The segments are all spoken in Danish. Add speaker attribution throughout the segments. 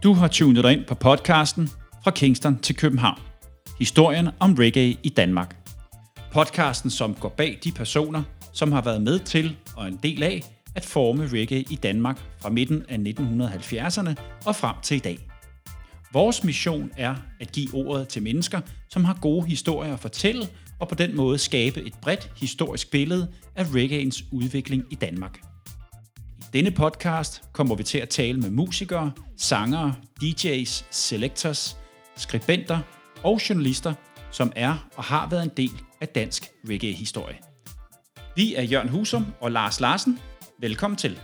Speaker 1: Du har tunet dig ind på podcasten Fra Kingston til København. Historien om reggae i Danmark. Podcasten, som går bag de personer, som har været med til og en del af at forme reggae i Danmark fra midten af 1970'erne og frem til i dag. Vores mission er at give ordet til mennesker, som har gode historier at fortælle, og på den måde skabe et bredt historisk billede af reggaeens udvikling i Danmark. I denne podcast kommer vi til at tale med musikere, sangere, DJ's, selectors, skribenter og journalister, som er og har været en del af dansk reggae-historie. Vi er Jørgen Husum og Lars Larsen. Velkommen til.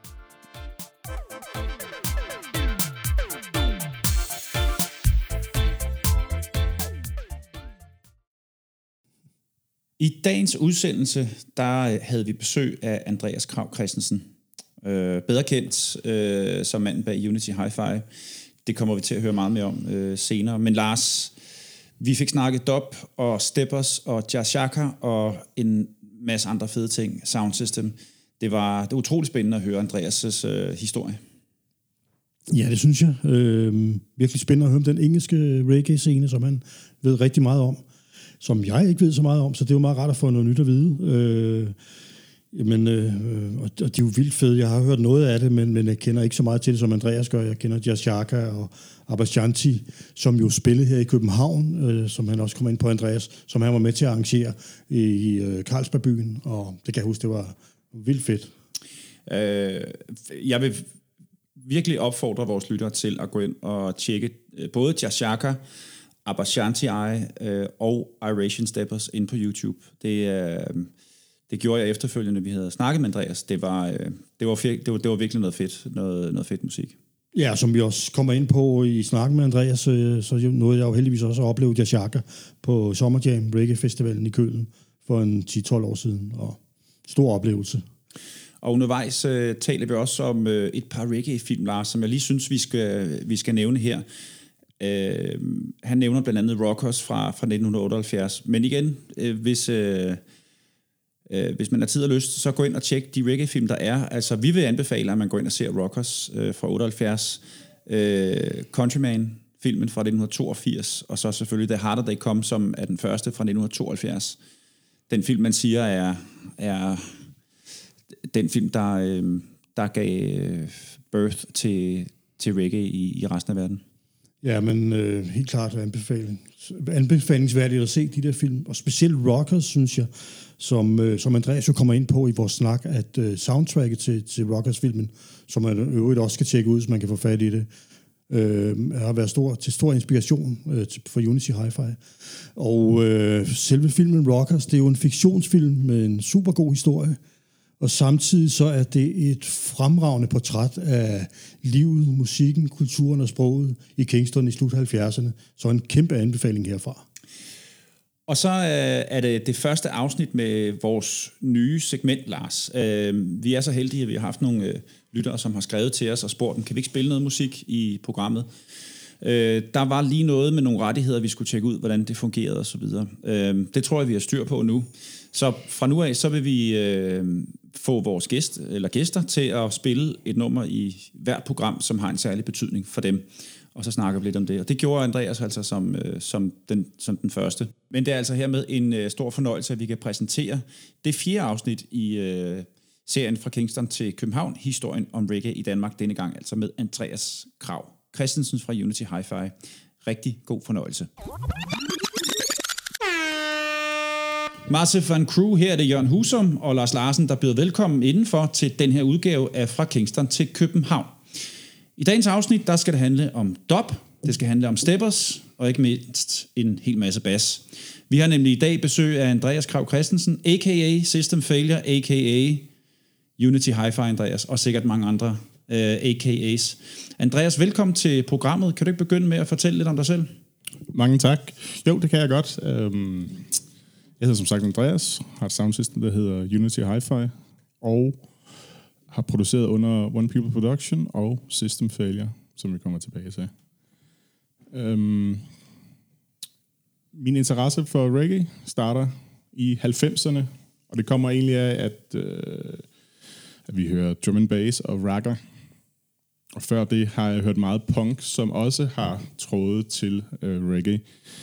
Speaker 1: I dagens udsendelse, der havde vi besøg af Andreas Krag Christensen, bedre kendt som manden bag Unity Hi-Fi. Det kommer vi til at høre meget mere om senere. Men Lars, vi fik snakket dub og steppers og jazzjaka og en masse andre fede ting, sound system. Det var utroligt spændende at høre Andreas' historie.
Speaker 2: Ja, det synes jeg. Virkelig spændende at høre om den engelske reggae-scene, som han ved rigtig meget om, som jeg ikke ved så meget om, så det er jo meget rart at få noget nyt at vide. Og de er jo vildt fede. Jeg har hørt noget af det, men jeg kender ikke så meget til det, som Andreas gør. Jeg kender jazzjaka og Abashanti, som jo spillede her i København, som han også kom ind på, Andreas, som han var med til at arrangere i Carlsbergbyen, og det kan jeg huske, det var vildt fedt.
Speaker 1: Jeg vil virkelig opfordre vores lyttere til at gå ind og tjekke både jazzjaka, Abashanti og Iratian Steppers ind på YouTube. Det gjorde jeg efterfølgende, vi havde snakket med Andreas. Det var virkelig noget fedt, noget fedt musik.
Speaker 2: Ja, som vi også kommer ind på i snakken med Andreas, så nåede jeg jo heldigvis også at opleve jazzjaka på Summer Jam Reggae Festivalen i Kølen for en 10-12 år siden, og stor oplevelse.
Speaker 1: Og undervejs taler vi også om et par reggae-film, Lars, som jeg lige synes, vi skal nævne her. Han nævner blandt andet Rockers fra 1978. Men igen, hvis man har tid og lyst, så gå ind og tjek de reggae-film, der er. Altså, vi vil anbefale, at man går ind og ser Rockers fra 78, Countryman-filmen fra 1982, og så selvfølgelig The Harder They Come, som er den første fra 1972. Den film, man siger, er den film, der gav birth til reggae i resten af verden.
Speaker 2: Ja, men helt klart anbefalingsværdigt at se de der film, og specielt Rockers, synes jeg, som Andreas jo kommer ind på i vores snak, at soundtracket til Rockers-filmen, som man øvrigt også skal tjekke ud, så man kan få fat i det, har været til stor inspiration for Unity Hi-Fi. Og selve filmen Rockers, det er jo en fiktionsfilm med en super god historie, og samtidig så er det et fremragende portræt af livet, musikken, kulturen og sproget i Kingston i slut 70'erne. Så en kæmpe anbefaling herfra.
Speaker 1: Og så er det første afsnit med vores nye segment, Lars. Vi er så heldige, at vi har haft nogle lyttere, som har skrevet til os og spurgt dem, kan vi ikke spille noget musik i programmet? Der var lige noget med nogle rettigheder, vi skulle tjekke ud, hvordan det fungerede og så videre. Det tror jeg, vi har styr på nu. Så fra nu af, så vil vi få vores gæster til at spille et nummer i hvert program, som har en særlig betydning for dem. Og så snakker vi lidt om det. Og det gjorde Andreas altså som den første. Men det er altså hermed en stor fornøjelse, at vi kan præsentere det 4. afsnit i serien Fra Kingston til København. Historien om reggae i Danmark, denne gang altså med Andreas Krag Christensen fra Unity Hi-Fi. Rigtig god fornøjelse. Massive & Crew, her er det Jørgen Husum og Lars Larsen, der byder velkommen indenfor til den her udgave af Fra Kingston til København. I dagens afsnit, der skal det handle om dub, det skal handle om steppers, og ikke mindst en hel masse bass. Vi har nemlig i dag besøg af Andreas Krag Christensen, a.k.a. System Failure, a.k.a. Unity Hi-Fi Andreas, og sikkert mange andre a.k.a.s. Andreas, velkommen til programmet. Kan du ikke begynde med at fortælle lidt om dig selv?
Speaker 3: Mange tak. Jo, det kan jeg godt. Jeg hedder som sagt Andreas, har et soundsystem, der hedder Unity Hi-Fi, og har produceret under One People Production og System Failure, som vi kommer tilbage til. Min interesse for reggae starter i 90'erne, og det kommer egentlig af, at vi hører drum and bass og ragga. Og før det har jeg hørt meget punk, som også har trådet til reggae.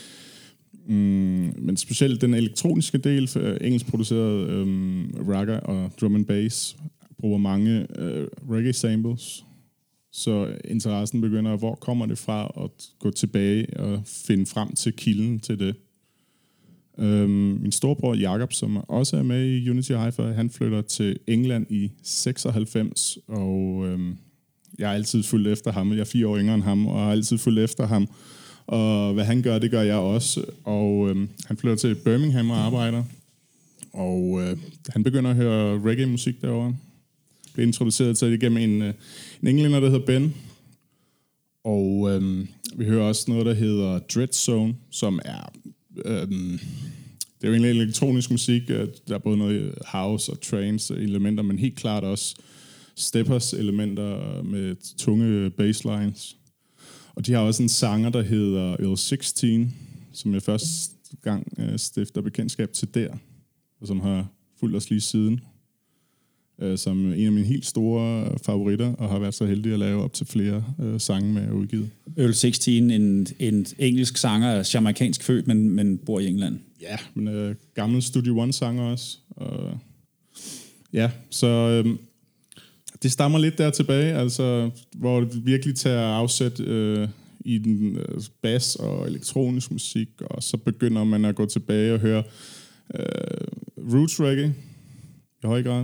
Speaker 3: Men specielt den elektroniske del, engelsk produceret ragga og drum and bass, bruger mange reggae samples. Så interessen begynder, hvor kommer det fra, at gå tilbage og finde frem til kilden til det. Min storebror Jakob, som også er med i Unity Hi-Fi, han flytter til England i 96, og jeg har altid fulgt efter ham. Jeg er 4 år yngre end ham, og har altid fulgt efter ham. Og hvad han gør, det gør jeg også. Og han flytter til Birmingham og arbejder. Og han begynder at høre reggae-musik derovre. Blev introduceret til det gennem en englænder, der hedder Ben. Og vi hører også noget, der hedder Dread Zone, som er... det er jo egentlig elektronisk musik. Der er både noget house og trance elementer, men helt klart også steppers elementer med tunge basslines. Og de har også en sanger, der hedder L16, som jeg første gang stifter bekendtskab til der, og som har fulgt os lige siden. Som en af mine helt store favoritter, og har været så heldig at lave op til flere sange med udgivet.
Speaker 1: L16, en engelsk sanger, jamaikansk født, men bor i England.
Speaker 3: Ja, men gammel Studio One-sanger også. Ja, så det stammer lidt der tilbage, altså, hvor det virkelig tager afsæt i den bass og elektronisk musik, og så begynder man at gå tilbage og høre roots reggae i høj grad.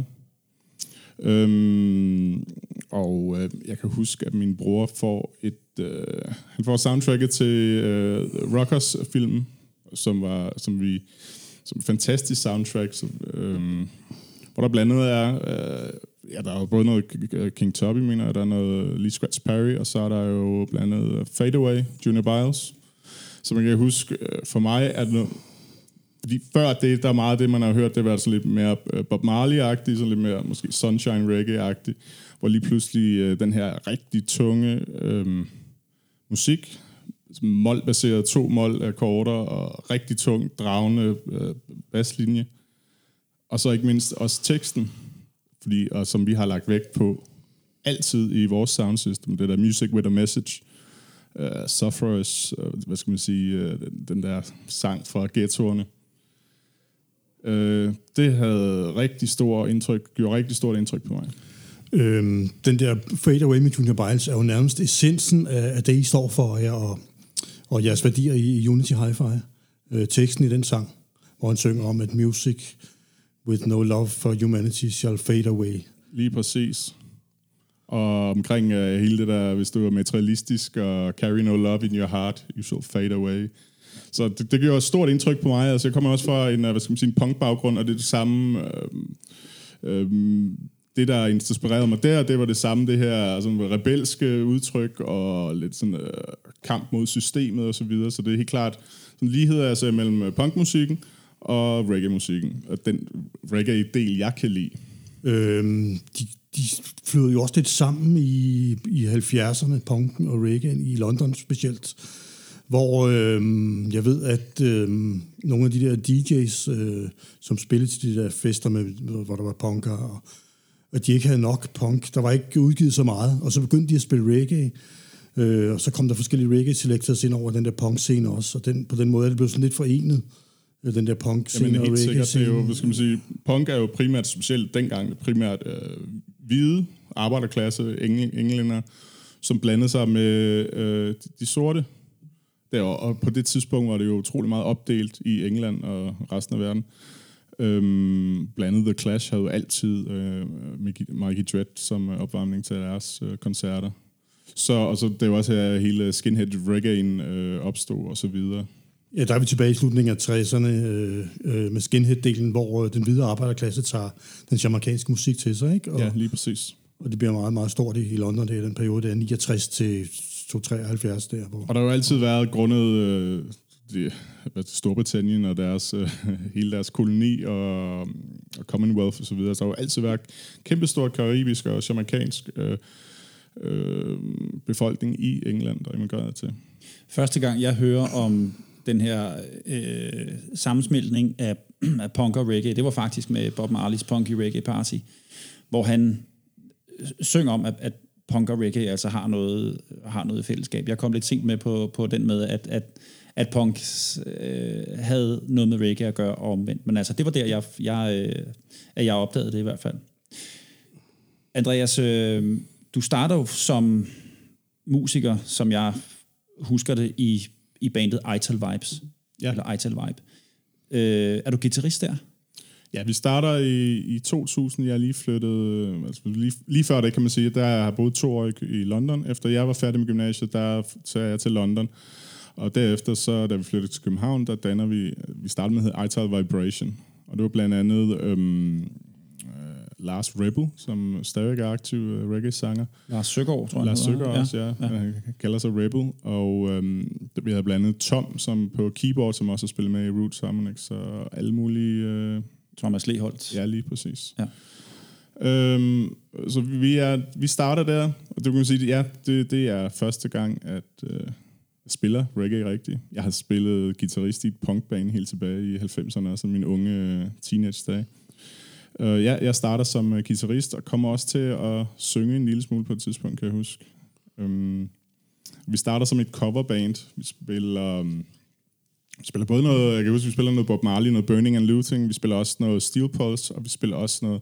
Speaker 3: Jeg kan huske, at min bror får han får soundtracket til Rockers-filmen, som en fantastisk soundtrack, hvor der blandt andet er der er jo både noget King Tubby, mener jeg, der er noget Lee Scratch Perry, og så er der jo blandt andet Fade Away, Junior Biles. Så man kan huske, for mig at fordi før det, der er meget af det, man har hørt, det har været sådan lidt mere Bob Marley-agtigt, sådan lidt mere måske Sunshine Reggae-agtigt, hvor lige pludselig den her rigtig tunge musik, mol-baseret 2 mol-akkorder og rigtig tung, dragende basslinje, og så ikke mindst også teksten, og som vi har lagt vægt på altid i vores soundsystem, det der music with a message, Sufferers, hvad skal man sige, den der sang fra ghettoerne. Det havde gjorde rigtig stort indtryk på mig.
Speaker 2: Den der Fade Away med Junior Biles er jo nærmest essensen af det, I står for jer og jeres værdier i Unity Hi-Fi. Teksten i den sang, hvor han synger om, at music with no love for humanity shall fade away.
Speaker 3: Lige præcis. Og omkring hele det der, hvis du er materialistisk og carry no love in your heart, you shall fade away. Så det gjorde et stort indtryk på mig. Altså, jeg kommer også fra en punk-baggrund, og det er det samme... det, der inspirerede mig det var det samme, det her sådan rebelske udtryk, og lidt sådan kamp mod systemet og så videre. Så det er helt klart sådan lighed altså mellem punkmusikken og reggae-musikken. Og den reggae-del, jeg kan lide.
Speaker 2: De flyder jo også lidt sammen i 70'erne, punken og reggae, i London specielt, hvor jeg ved, at nogle af de der DJ's, som spillede til de der fester, hvor der var punker, at de ikke havde nok punk. Der var ikke udgivet så meget, og så begyndte de at spille reggae, og så kom der forskellige reggae-selectors ind over den der punk-scene også, og på den måde er det blevet sådan lidt forenet, den der punk-scene og reggae-scene.
Speaker 3: Det er jo, hvad skal man sige, punk er jo primært, specielt dengang, primært hvide arbejderklasse englænder, som blandede sig med de sorte. Og på det tidspunkt var det jo utrolig meget opdelt i England og resten af verden. Blandt andet The Clash havde jo altid Mikey Dread som opvarmning til deres koncerter. Så det var også her hele skinhead reggae'en opstod og så videre.
Speaker 2: Ja, der er vi tilbage i slutningen af 60'erne med skinhead-delen, hvor den hvide arbejderklasse tager den jamaikanske musik til sig, ikke?
Speaker 3: Ja, lige præcis.
Speaker 2: Og det bliver meget, meget stort i London, det er den periode, der er 69 til 73 der. Hvor.
Speaker 3: Og der har jo altid været grundet Storbritannien og hele deres koloni og Commonwealth og så videre. Så der har jo altid været kæmpestort karibisk og jamaikansk befolkning i England, der emigrerede til.
Speaker 1: Første gang jeg hører om den her sammensmeltning af punk og reggae, det var faktisk med Bob Marleys Punky Reggae Party, hvor han synger om, at punk og reggae altså har noget fællesskab. Jeg kom lidt sent med på den med, at punk havde noget med reggae at gøre og omvendt. Men altså, det var der, jeg opdagede det i hvert fald. Andreas, du starter jo som musiker, som jeg husker det, i bandet Ital Vibes. Ja. Eller Ital Vibe. Er du guitarist der?
Speaker 3: Ja, vi starter i 2000. Jeg er lige flyttet, altså lige før det kan man sige, der har jeg boet 2 år i London. Efter jeg var færdig med gymnasiet, der tager jeg til London. Og derefter, så da vi flyttede til København, der danner vi startede med at hedde Ital Vibration. Og det var blandt andet Lars Rebel, som stadig er aktiv reggae-sanger.
Speaker 1: Lars Søgaard, tror jeg.
Speaker 3: Lars Søgaard også, ja. Han kalder sig Rebel. Og vi havde blandt andet Tom, som på keyboard, som også har spillet med i Roots Harmonix, og alle mulige...
Speaker 1: Thomas Leholt.
Speaker 3: Ja, lige præcis.
Speaker 1: Ja.
Speaker 3: Så vi starter der, og det kan man sige, ja, det er første gang, at jeg spiller reggae rigtigt. Jeg har spillet guitarist i et punkband helt tilbage i 90'erne, altså min unge teenage-dage. Jeg starter som guitarist, og kommer også til at synge en lille smule på et tidspunkt, kan jeg huske. Vi starter som et coverband. Vi spiller både noget, jeg kan huske, vi spiller noget Bob Marley, noget Burning and Looting, vi spiller også noget Steel Pulse, og vi spiller også noget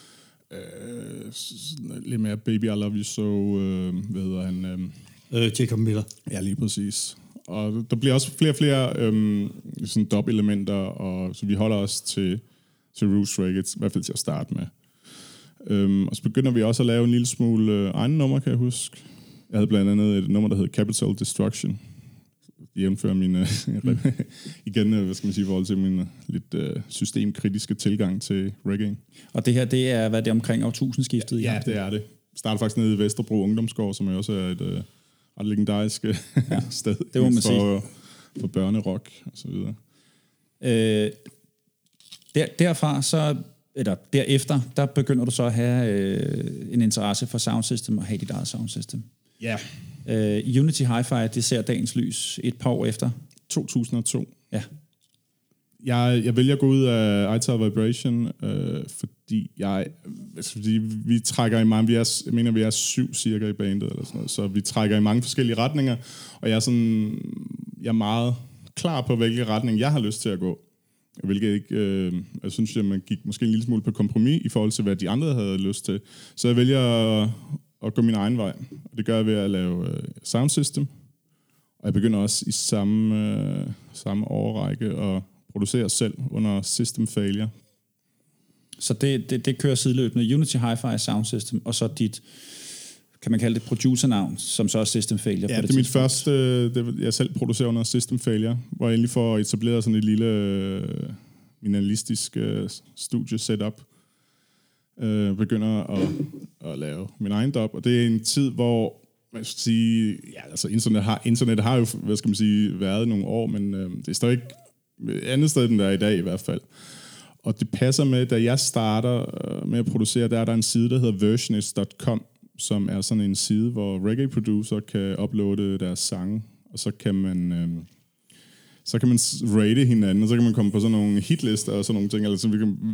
Speaker 3: lidt mere Baby I Love You So, hvad hedder han?
Speaker 2: Jacob Miller.
Speaker 3: Ja, lige præcis. Og der bliver også flere og flere sådan dub-elementer, og så vi holder os til Roots Reggae, i hvert fald til at starte med. Og så begynder vi også at lave en lille smule egne nummer, kan jeg huske. Jeg havde blandt andet et nummer, der hed Capital Destruction. Jævnfører mine, igen, hvad skal man sige, i forhold til min lidt systemkritiske tilgang til reggae.
Speaker 1: Og det her, det er, hvad det er omkring årtusindskiftet?
Speaker 3: Ja, det er det. Starter faktisk nede i Vesterbro Ungdomsgård, som jo også er et ret legendarisk sted
Speaker 1: det må man
Speaker 3: for børnerock og så videre.
Speaker 1: Derfra så, eller derefter, der begynder du så at have en interesse for soundsystem og have dit eget soundsystem.
Speaker 3: Ja.
Speaker 1: Unity Hi-Fi, det ser dagens lys et par år efter.
Speaker 3: 2002.
Speaker 1: Ja.
Speaker 3: Jeg vælger at gå ud af Ital Vibration, fordi vi trækker i mange, jeg mener, vi er 7 cirka i bandet, eller sådan noget, så vi trækker i mange forskellige retninger, og jeg er meget klar på, hvilke retning jeg har lyst til at gå. Hvilket ikke, jeg synes, at man gik måske en lille smule på kompromis i forhold til, hvad de andre havde lyst til. Så jeg vælger at gå min egen vej. Og det gør jeg ved at lave sound system. Og jeg begynder også i samme årrække at producere selv under system failure.
Speaker 1: Så det kører sideløbende. Unity Hi-Fi sound system, og så dit, kan man kalde det, producernavn, som så er system failure.
Speaker 3: Ja, det er mit første, jeg selv producerer under system failure, hvor jeg endelig får etableret sådan et lille minimalistisk studie-setup. Begynder at lave min egen dub, og det er en tid, hvor man skal sige, ja, altså internet har jo, hvad skal man sige, været nogle år, men det er stadig ikke andet sted, end der er i dag i hvert fald. Og det passer med, da jeg starter med at producere, der er der en side, der hedder versionist.com, som er sådan en side, hvor reggae-producer kan uploade deres sange, og så kan man rate hinanden, og så kan man komme på sådan nogle hitlister og sådan nogle ting, eller så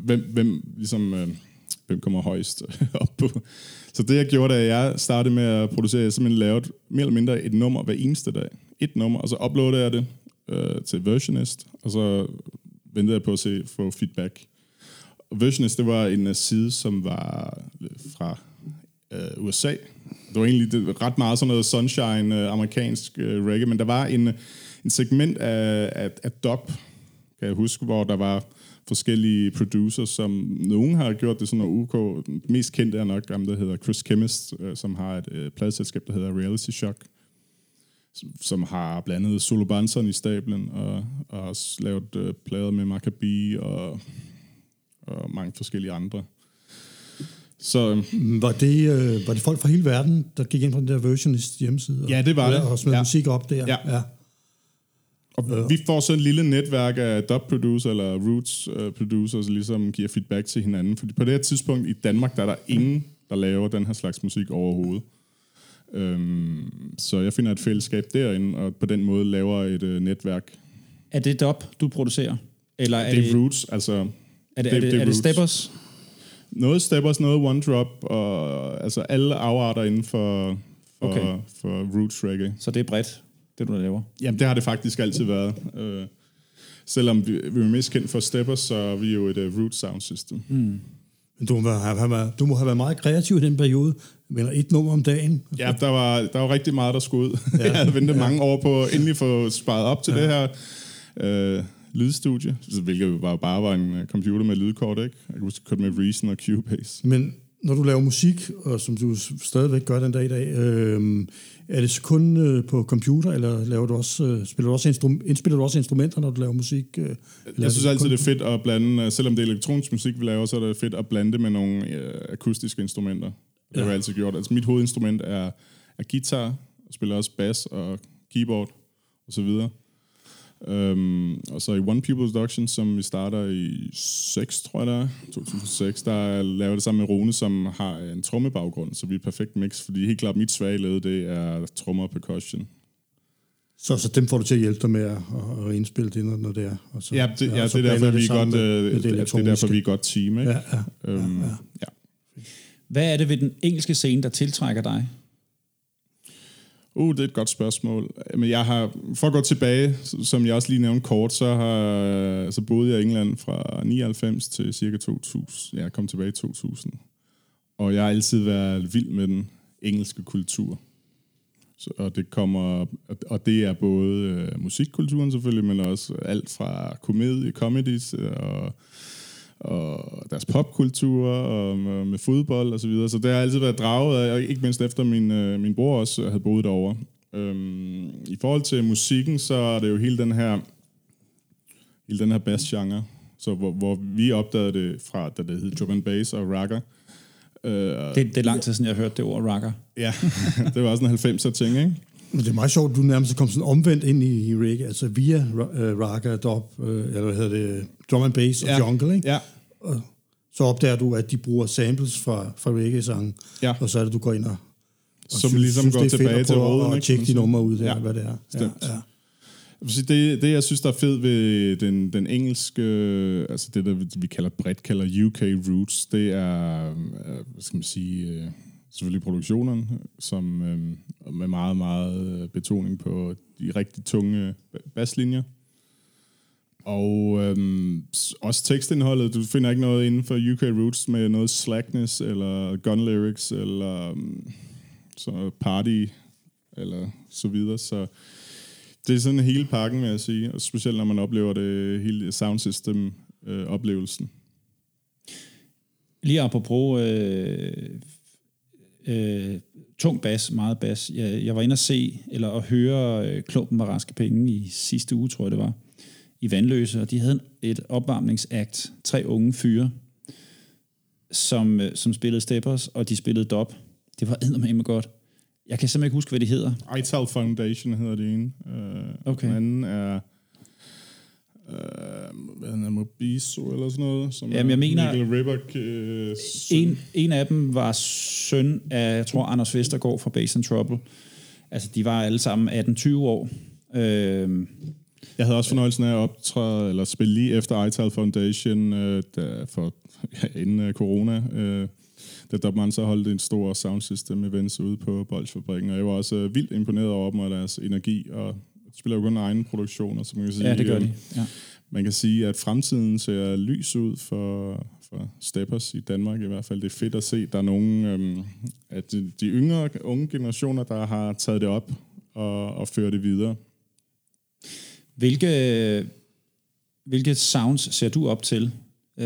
Speaker 3: hvem kommer højst op på. Så det jeg gjorde, da jeg startede med at producere, jeg simpelthen lavede mere eller mindre et nummer hver eneste dag. Et nummer, og så uploadede jeg det til Versionist, og så ventede jeg på at få feedback. Og Versionist, det var en side, som var fra USA. Det var egentlig ret meget sådan noget sunshine, amerikansk reggae, men der var en segment af dub, kan jeg huske, hvor der var forskellige producers, som nogen har gjort det sådan noget UK. Mest kendte er nok ham, der hedder Chris Chemist, som har et pladeselskab, der hedder Reality Shock, som har blandet Solo Banson i stablen, og også lavet plader med Maccabi og mange forskellige andre. Så
Speaker 2: var det folk fra hele verden, der gik ind på den der Versionist hjemmeside?
Speaker 3: Ja, det var det.
Speaker 2: Og smed musik op der?
Speaker 3: Ja. Og vi får så et lille netværk af dub-producer eller roots-producers, ligesom giver feedback til hinanden. Fordi på det her tidspunkt i Danmark, der er der ingen, der laver den her slags musik overhovedet. Så jeg finder et fællesskab derinde, og på den måde laver et netværk.
Speaker 1: Er det dub, du producerer? Eller
Speaker 3: det er roots, altså...
Speaker 1: Er det Steppers?
Speaker 3: noget steppers, noget one drop, og altså alle afarter inden for roots reggae.
Speaker 1: Så det er bredt, det du laver?
Speaker 3: Jamen, det har det faktisk altid været. Selvom vi er mest kendt for steppers, så er vi jo et root sound system.
Speaker 2: Men du må have været meget kreativ i den periode. Men et nummer om dagen.
Speaker 3: Ja, der var rigtig meget, der skulle ud. Ja. Jeg havde ventet mange år på at endelig få sparet op til det her lydstudie, hvilket jo bare var en computer med lydkort, ikke? Jeg kan huske, kørte med Reason og Cubase.
Speaker 2: Men når du laver musik, og som du stadigvæk gør den dag i dag, er det så kun på computer, eller laver du også, indspiller du også instrumenter, når du laver musik?
Speaker 3: Jeg synes altid, det er fedt at blande, selvom det er elektronisk musik, vi laver, så er det fedt at blande det med nogle akustiske instrumenter. Det har jeg altid gjort. Altså mit hovedinstrument er guitar, jeg spiller også bass og keyboard og så videre. Og så i One People Production, som vi starter i 2006, der laver jeg det sammen med Rune, som har en trommebaggrund, så vi er et perfekt mix, fordi helt klart mit svage led, det er trommer og percussion.
Speaker 2: Så dem får du til at hjælpe dig med at indspille det, når det er. Og så,
Speaker 3: det er derfor, vi er et godt team, ikke?
Speaker 2: Ja.
Speaker 1: Hvad er det ved den engelske scene, der tiltrækker dig?
Speaker 3: Det er et godt spørgsmål. Men jeg har, for at gå tilbage, som jeg også lige nævnte kort, så boede jeg i England fra 99 til cirka 2000. Jeg kom tilbage i 2000. Og jeg har altid været vild med den engelske kultur. Og det er både musikkulturen selvfølgelig, men også alt fra comedies og deres popkultur og med fodbold og så videre. Så det har altid været draget af, og ikke mindst efter min bror også havde boet derovre. I forhold til musikken, så er det jo hele den her bass-genre, så hvor vi opdagede det fra, da det hed drum and bass og ragga.
Speaker 1: Det er lang tid siden, jeg hørte det ord ragga.
Speaker 3: Ja, det var også en 90'er ting, ikke?
Speaker 2: Men det er meget sjovt, at du nærmest kom sådan omvendt ind i reggae, altså via ragga, dub, eller hvad hedder det, drum and bass og jungle, ikke?
Speaker 3: Ja.
Speaker 2: Og så opdager du, at de bruger samples fra reggae-sangen, og så er det, du går ind og
Speaker 3: som ligesom går tilbage til råden,
Speaker 2: og tjekke de numre ud der, hvad det er.
Speaker 3: Stemt. Det, jeg synes, der er fedt ved den engelske, altså det, der vi bredt kalder UK Roots, det er, hvad skal man sige, selvfølgelig produktionerne, som med meget, meget betoning på de rigtig tunge basslinjer. Og også tekstindholdet. Du finder ikke noget inden for UK Roots med noget slackness, eller gun lyrics, eller så party, eller så videre. Så det er sådan hele pakken, vil jeg sige. Og specielt når man oplever det hele sound system oplevelsen.
Speaker 1: Lige apropos tung bas, meget bas. Jeg var inde at høre Klumpen med raske penge i sidste uge, tror jeg det var, i Vandløse, og de havde et opvarmningsakt, 3 unge fyre, som spillede steppers, og de spillede dub. Det var eddermame godt. Jeg kan simpelthen ikke huske, hvad de hedder.
Speaker 3: Ital Foundation hedder det ene.
Speaker 1: Okay.
Speaker 3: Den anden er hvad hedder Mobiso eller sådan noget, som
Speaker 1: jeg mener,
Speaker 3: Mikkel Ribak.
Speaker 1: En af dem var søn af, jeg tror, Anders Vestergaard fra Bass and Trouble. Altså, de var alle sammen 18-20 år.
Speaker 3: Jeg havde også fornøjelsen af at optræde, eller spille lige efter Ital Foundation, inden corona, da Dobman så holdt en stor soundsystem events ude på Bolsjefabrikken, og jeg var også vildt imponeret over dem og deres energi, og de spiller jo kun egne produktioner, så man kan sige,
Speaker 1: ja, det gør de. Ja.
Speaker 3: Man kan sige, at fremtiden ser lys ud for steppers i Danmark i hvert fald. Det er fedt at se, der er nogen at de unge generationer, der har taget det op og ført det videre.
Speaker 1: Hvilke sounds ser du op til?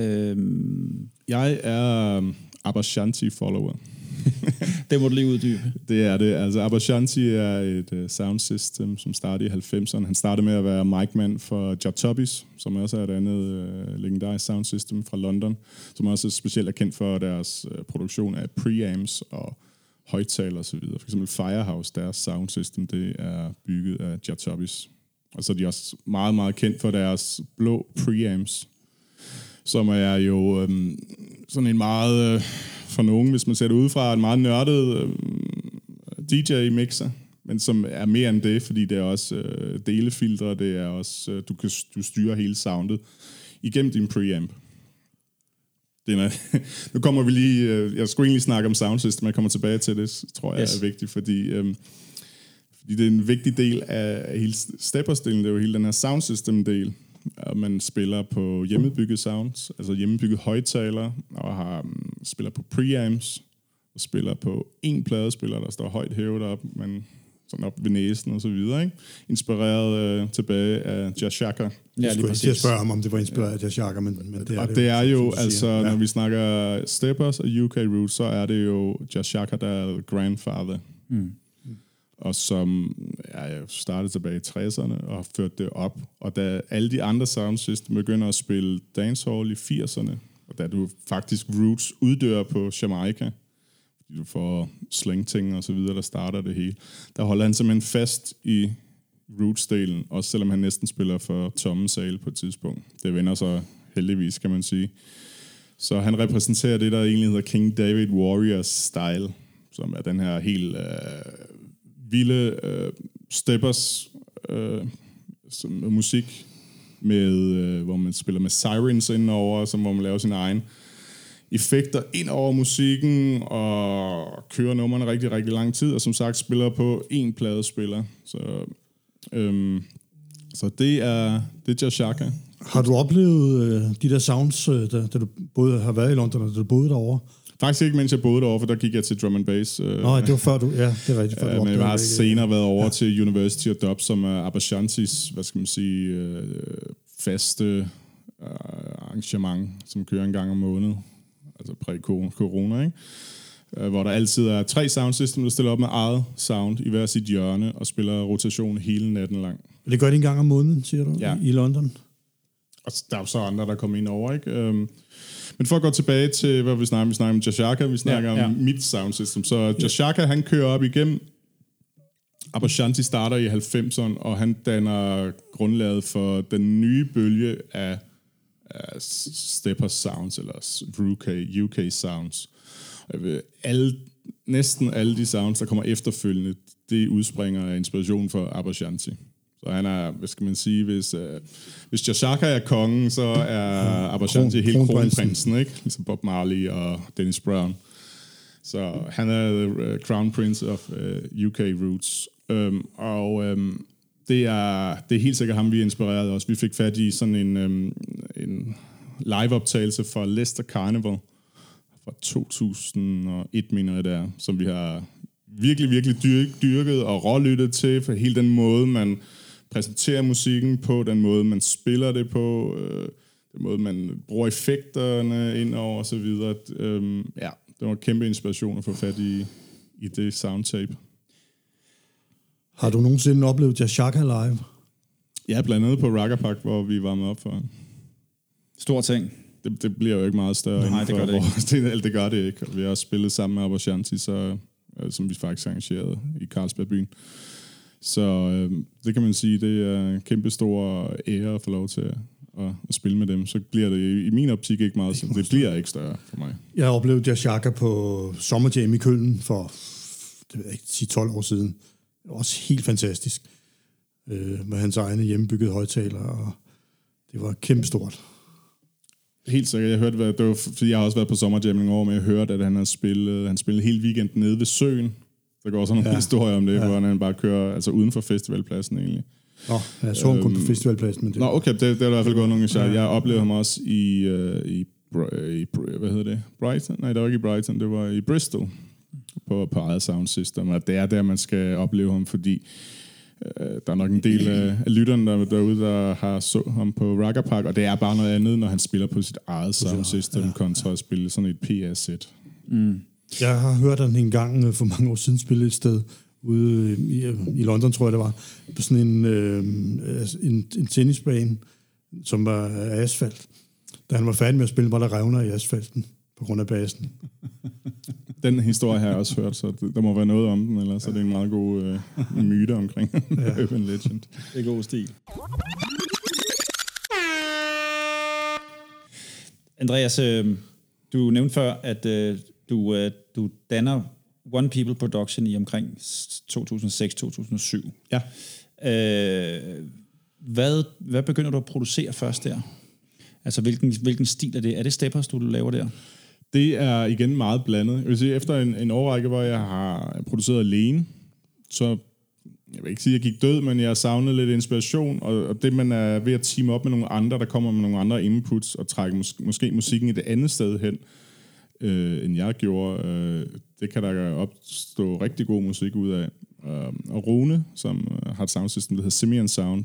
Speaker 3: Jeg er Abashanti-follower.
Speaker 1: Det må du lige uddybe.
Speaker 3: Det er det. Altså, Abashanti er et sound system, som startede i 90'erne. Han startede med at være mic-man for Jotubbies, som også er et andet legendarisk sound system fra London, som også specielt er kendt for deres produktion af preamps og højttaler osv. For eksempel Firehouse, deres sound system, det er bygget af Jotubbies. Og så er de også meget, meget kendt for deres blå preamps, som er jo sådan en meget, for nogen, hvis man ser det udefra, en meget nørdet DJ-mixer, men som er mere end det, fordi det er også delefiltre, det er også, du styrer hele soundet igennem din preamp. Nu kommer vi lige... jeg skulle egentlig snakke om sound system, jeg kommer tilbage til det, tror jeg er vigtigt, fordi det er en vigtig del af hele Steppers-delen, det er jo hele den her sound system-del. Og man spiller på hjemmebygget sounds, altså hjemmebygget højttaler, og spiller på preamps, og spiller på en pladespiller, der står højt hævet op, men sådan op ved næsen og så videre, ikke? Inspireret tilbage af Jah Shaka.
Speaker 2: Jeg skulle ikke spørge ham, om det var inspireret af Jah Shaka, men det er
Speaker 3: og det er jo, altså, når vi snakker Steppers og UK Roots, så er det jo Jah Shaka, der er grandfather. Og som startede tilbage i 60'erne og førte det op. Og da alle de andre sound system begynder at spille dancehall i 80'erne, og da du faktisk Roots uddør på Jamaica, du får slingting og så videre, der starter det hele, der holder han simpelthen fast i Roots-delen, også selvom han næsten spiller for tomme sale på et tidspunkt. Det vender så heldigvis, kan man sige. Så han repræsenterer det, der egentlig hedder King David Warriors style, som er den her helt vilde steppers musik, med, hvor man spiller med sirens indenover, hvor man laver sin egen effekter ind over musikken, og kører nummerne rigtig, rigtig lang tid, og som sagt spiller på en pladespiller. Så det er Jah Shaka.
Speaker 2: Har du oplevet de der sounds, da du både har været i London, og da du boede derovre?
Speaker 3: Faktisk ikke, mens jeg boede derovre, for der gik jeg til drum and bass.
Speaker 2: Nej, det var før du... Ja, det er rigtigt. Før
Speaker 3: men jeg har senere været over til University of Dub, som er Abba Shantis, hvad skal man sige, faste arrangement, som kører en gang om måneden. Altså præ-corona, ikke? Hvor der altid er 3 soundsystem, der stiller op med eget sound i hver sit hjørne, og spiller rotation hele natten lang.
Speaker 2: Det gør de en gang om måneden, siger du, i London?
Speaker 3: Og der er jo så andre, der kommer ind over, ikke? Men for at gå tilbage til, hvad vi snakker om Jah Shaka, vi snakker om mit soundsystem. Så Jah Shaka, han kører op igennem. Abba Shanti starter i 90'erne, og han danner grundlaget for den nye bølge af Steppers sounds, eller UK sounds. Næsten alle de sounds, der kommer efterfølgende, det udspringer af inspiration for Abba Shanti. Så han er, hvad skal man sige, hvis Jah Shaka er kongen, så er Abba Shanti helt kronprinsen, ikke? Ligesom Bob Marley og Dennis Brown. Så han er Crown Prince of UK Roots. Det er helt sikkert ham, vi er inspireret også. Vi fik fat i sådan en live-optagelse fra Leicester Carnival fra 2001, mener jeg der, som vi har virkelig, virkelig dyrket og rålyttet til, for hele den måde, man præsenterer musikken på, den måde, man spiller det på, den måde, man bruger effekterne ind over og så videre. Det var en kæmpe inspiration at få fat i det soundtape.
Speaker 2: Har du nogensinde oplevet Jah Shaka live?
Speaker 3: Ja, blandt andet på Ragga Park, hvor vi varmede op for.
Speaker 1: Stor ting.
Speaker 3: Det bliver jo ikke meget større.
Speaker 1: Nej, det gør det ikke.
Speaker 3: Det gør det ikke. Vi har også spillet sammen med Abba Shanti, som vi faktisk arrangerede i Carlsbergbyen. Så det kan man sige, det er en kæmpe stor ære at få lov til at spille med dem. Så bliver det i min optik ikke meget, så det bliver ikke større for mig.
Speaker 2: Jeg har oplevet Jah Shaka på Summer Jam i Køln for 10-12 år siden. Det var også helt fantastisk. Med hans egne hjemmebyggede højttaler, og det var kæmpestort.
Speaker 3: Helt sikkert. Jeg hørte, det var, fordi jeg har også været på Summer Jam nogle år, men jeg hørte, at han spillede hele weekenden nede ved søen. Der går også nogle historier om det, hvor han bare kører altså uden for festivalpladsen egentlig.
Speaker 2: Jeg så ham kun på festivalpladsen. Men det...
Speaker 3: okay, det er der i hvert fald gået nogle gange. Jeg oplevede ham også i hvad hedder det? Brighton? Nej, det var ikke i Brighton, det var i Bristol på eget sound system. Og det er der, man skal opleve ham, fordi der er nok en del af lytterne derude, der har så ham på Ragga Park, og det er bare noget andet, når han spiller på sit eget sound system, kontra at spille sådan et PA-sæt.
Speaker 2: Jeg har hørt han en gang for mange år siden spille et sted ude i London, tror jeg det var, på sådan en tennisbane, som var af asfalt. Da han var færdig med at spille, var der revner i asfalten på grund af bassen.
Speaker 3: Den historie har jeg også hørt, så der må være noget om den, ellers er det en meget god myte omkring Urban Legend.
Speaker 1: Det er god stil. Andreas, du nævnte før, at du danner One People Production i omkring 2006-2007.
Speaker 3: Ja.
Speaker 1: Hvad begynder du at producere først der? Altså, hvilken stil er det? Er det steppers, du laver der?
Speaker 3: Det er igen meget blandet. Jeg vil sige, efter en årrække, hvor jeg har produceret alene, så jeg vil ikke sige, at jeg gik død, men jeg savnede lidt inspiration, og det, man er ved at teame op med nogle andre, der kommer med nogle andre inputs, og trække måske musikken et andet sted hen, end jeg gjorde, det kan der opstå rigtig god musik ud af. Og Rune, som har et soundsystem, der hedder Simian Sound,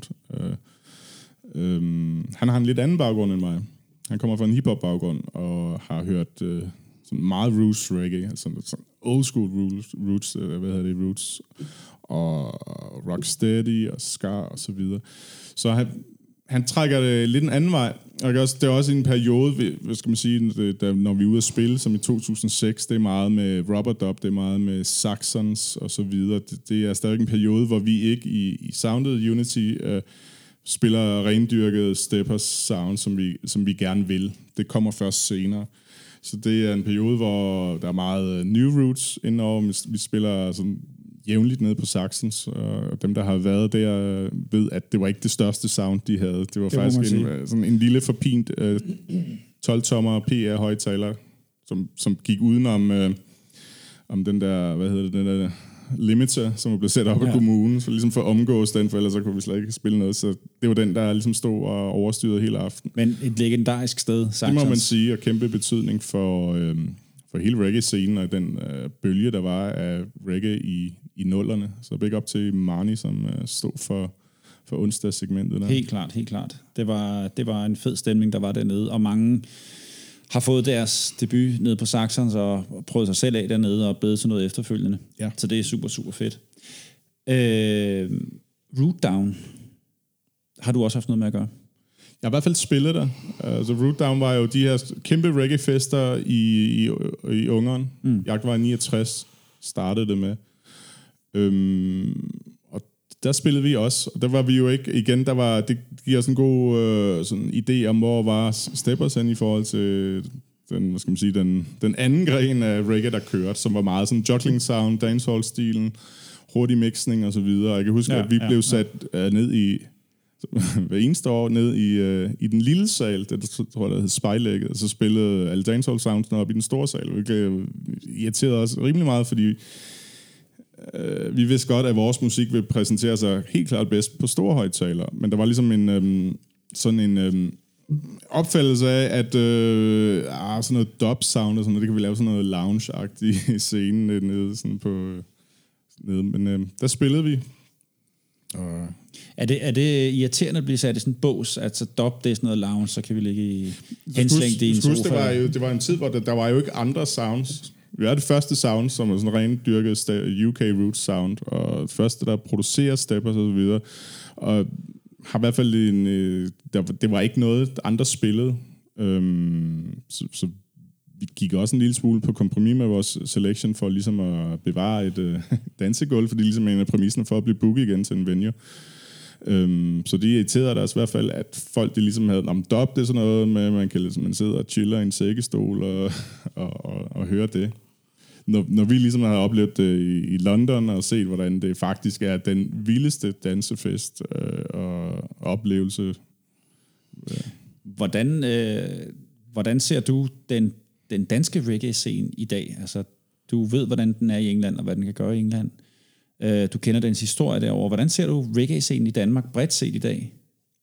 Speaker 3: han har en lidt anden baggrund end mig. Han kommer fra en hiphop baggrund, og har hørt sådan meget roots reggae, altså sådan old school roots, og rocksteady og ska og så videre. Så han trækker det lidt en anden vej. Og det er også en periode, hvad skal man sige, når vi er ude at spille, som i 2006, det er meget med rubber-dub, det er meget med saxons og så videre. Det er stadig en periode, hvor vi ikke i soundet Unity spiller rendyrket steppers sound, som vi gerne vil. Det kommer først senere. Så det er en periode, hvor der er meget new roots indover. Vi spiller sådan jævnligt nede på Saxons, og dem, der har været der, ved, at det var ikke det største sound, de havde. Det var faktisk sådan en lille forpint 12-tommer PR-højtaler, som gik udenom om den der, den der limiter, som var blevet sat op af kommunen, så ligesom for at omgås den, for ellers så kunne vi slet ikke spille noget. Så det var den, der ligesom stod og overstyrede hele aften.
Speaker 1: Men et legendarisk sted, Saxons.
Speaker 3: Det må man sige, og kæmpe betydning for hele reggae-scenen, og den bølge, der var af reggae i nullerne. Så big up til Marnie, som stod for onsdagssegmentet der.
Speaker 1: Helt klart. Det var en fed stemning, der var dernede, og mange har fået deres debut nede på Saxons og prøvet sig selv af dernede og blevet til noget efterfølgende.
Speaker 3: Ja.
Speaker 1: Så det er super, super fedt. Root Down. Har du også haft noget med at gøre?
Speaker 3: Jeg har i hvert fald spillet der. Så Root Down var jo de her kæmpe reggae-fester i Ungarn. Jagtvej 69 startede det med. Og der spillede vi også. Og der var vi jo ikke, igen, det giver sådan en god sådan idé om, hvor var steppers hen i forhold til den, hvad skal man sige, den anden gren af reggae, der kørte, som var meget sådan juggling sound, dancehall-stilen, hurtig mixning og så videre. Jeg kan huske, at vi blev sat ned i hver eneste år ned i den lille sal, det tror jeg, der hed Spejlægget, og så spillede alle dancehall soundsene op i den store sal, hvilket irriterede os rimelig meget, fordi vi vidste godt, at vores musik vil præsentere sig helt klart bedst på store højttaler, men der var ligesom en opfattelse af, at sådan noget dub-sound og sådan noget, det kan vi lave sådan noget lounge-agtigt i scenen nede sådan på nede, men der spillede vi. Og
Speaker 1: er det irriterende at blive sat i sådan en bås, altså dub, det er sådan noget lounge, så kan vi ligge i henslængt i en sofa?
Speaker 3: Det var en tid, hvor der var jo ikke andre sounds. Vi er det første sound, som er sådan rent dyrket UK Roots sound, og det første, der producerer steppers og så videre. Og har i hvert fald det var ikke noget, andre spillede. Så vi gik også en lille smule på kompromis med vores selection for ligesom at bevare et dansegulv, fordi ligesom en af præmissen for at blive booket igen til en venue. Så de irriterede os i hvert fald, at folk de ligesom havde, dub, det er sådan noget med, man sidder og chiller i en sækkestol og hører det. Når vi ligesom har oplevet det i London og set, hvordan det faktisk er den vildeste dansefest og oplevelse.
Speaker 1: Hvordan ser du den danske reggae-scene i dag? Altså, du ved, hvordan den er i England, og hvad den kan gøre i England. Du kender dens historie derovre. Hvordan ser du reggae-scenen i Danmark bredt set i dag?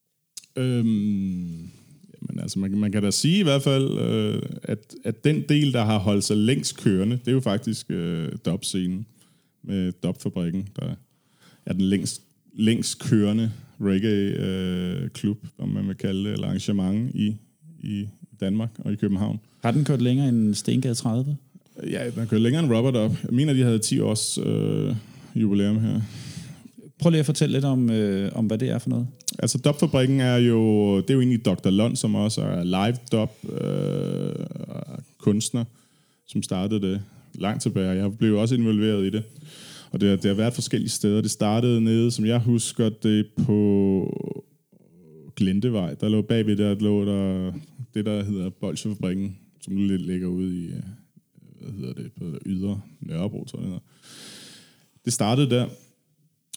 Speaker 3: Men altså, man kan da sige i hvert fald, at den del, der har holdt sig længst kørende, det er jo faktisk dub-scenen med Dub-fabrikken, der er den længst kørende reggae-klub, om man vil kalde det, eller arrangement i Danmark og i København. Har
Speaker 1: den kørt længere end Stengade 30?
Speaker 3: Ja, den har kørt længere end Rubber Dub. Jeg mener, de havde 10 års jubilæum her.
Speaker 1: Prøv lige at fortælle lidt om hvad det er for noget.
Speaker 3: Altså Dub-fabrikken det er jo egentlig Dr. Lund, som også er live dub kunstner, som startede det langt tilbage. Jeg blev også involveret i det. Og det har været forskellige steder. Det startede nede, som jeg husker det, på Glentevej. Der lå bagved det, der hedder Bolsjefabrikken, som nu lidt ligger ude i, på Ydre Nørrebro, tror jeg. Det startede der.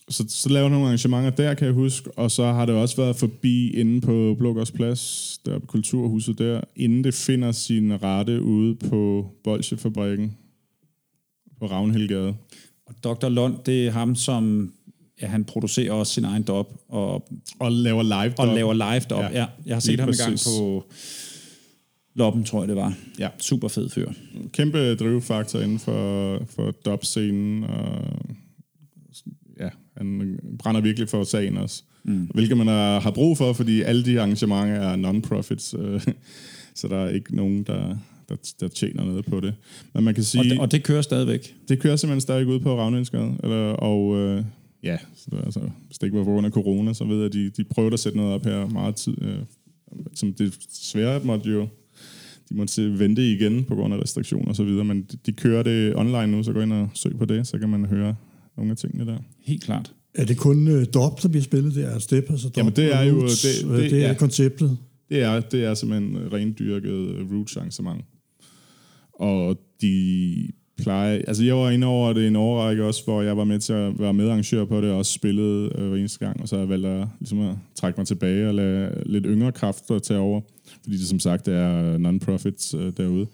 Speaker 3: så laver nogle arrangementer der, kan jeg huske, og så har det også været forbi inde på Blågårds Plads, der på Kulturhuset der, inden det finder sin rette ude på Bolsjefabrikken på Ravnhildgade.
Speaker 1: Og Dr. Lund, det er ham, som han producerer også sin egen dub
Speaker 3: og laver live dub.
Speaker 1: Ja. Jeg har set ham i gang på Loppen, tror jeg det var.
Speaker 3: Ja.
Speaker 1: Super fed fyr.
Speaker 3: Kæmpe drivfaktor inden for dub-scenen, og ja, han brænder virkelig for sagen også. Hvilket man har brug for, fordi alle de arrangementer er non-profits, så der er ikke nogen, der tjener noget på det. Men man kan sige...
Speaker 1: Og det kører stadigvæk?
Speaker 3: Det kører simpelthen stadig ud på Ravnhildgade. Ja, så det, altså, hvis det ikke var på grund af corona, så ved jeg, at de prøvede at sætte noget op her meget tid. Som det svære de måtte vente igen på grund af restriktioner og så videre, men de kører det online nu, så gå ind og søg på det, så kan man høre nogle af tingene der.
Speaker 1: Helt klart.
Speaker 2: Er det kun dub, der bliver spillet der? Step, altså dub?
Speaker 3: Jamen det er jo...
Speaker 2: Det er konceptet.
Speaker 3: Det er simpelthen rendyrket roots arrangement. Og de plejer... Altså jeg var inde over det en årrække også, hvor jeg var med til at være medarrangør på det, og også spillede hver eneste gang, og så har jeg valgt at trække mig tilbage og lade lidt yngre kræfter tage over, fordi det som sagt er non-profits derude.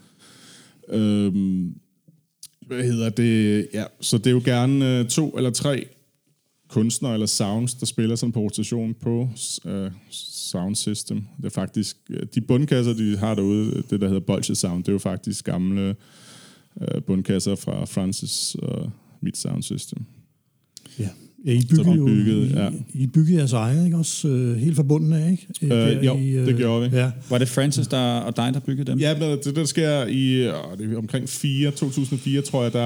Speaker 3: Hvad hedder det? Ja, så det er jo gerne 2 eller 3 kunstnere eller sounds, der spiller sådan på rotation på sound system. Det er faktisk... De bundkasser, de har derude, det der hedder Bolsje Sound, det er jo faktisk gamle bundkasser fra Francis og mit sound system.
Speaker 2: Ja. I byggede jeres eget, ikke? Også helt forbundet af, ikke?
Speaker 3: Det gjorde vi.
Speaker 1: Ja. Var det Francis og dig, der byggede dem?
Speaker 3: Ja, det der sker i det er omkring 2004, tror jeg,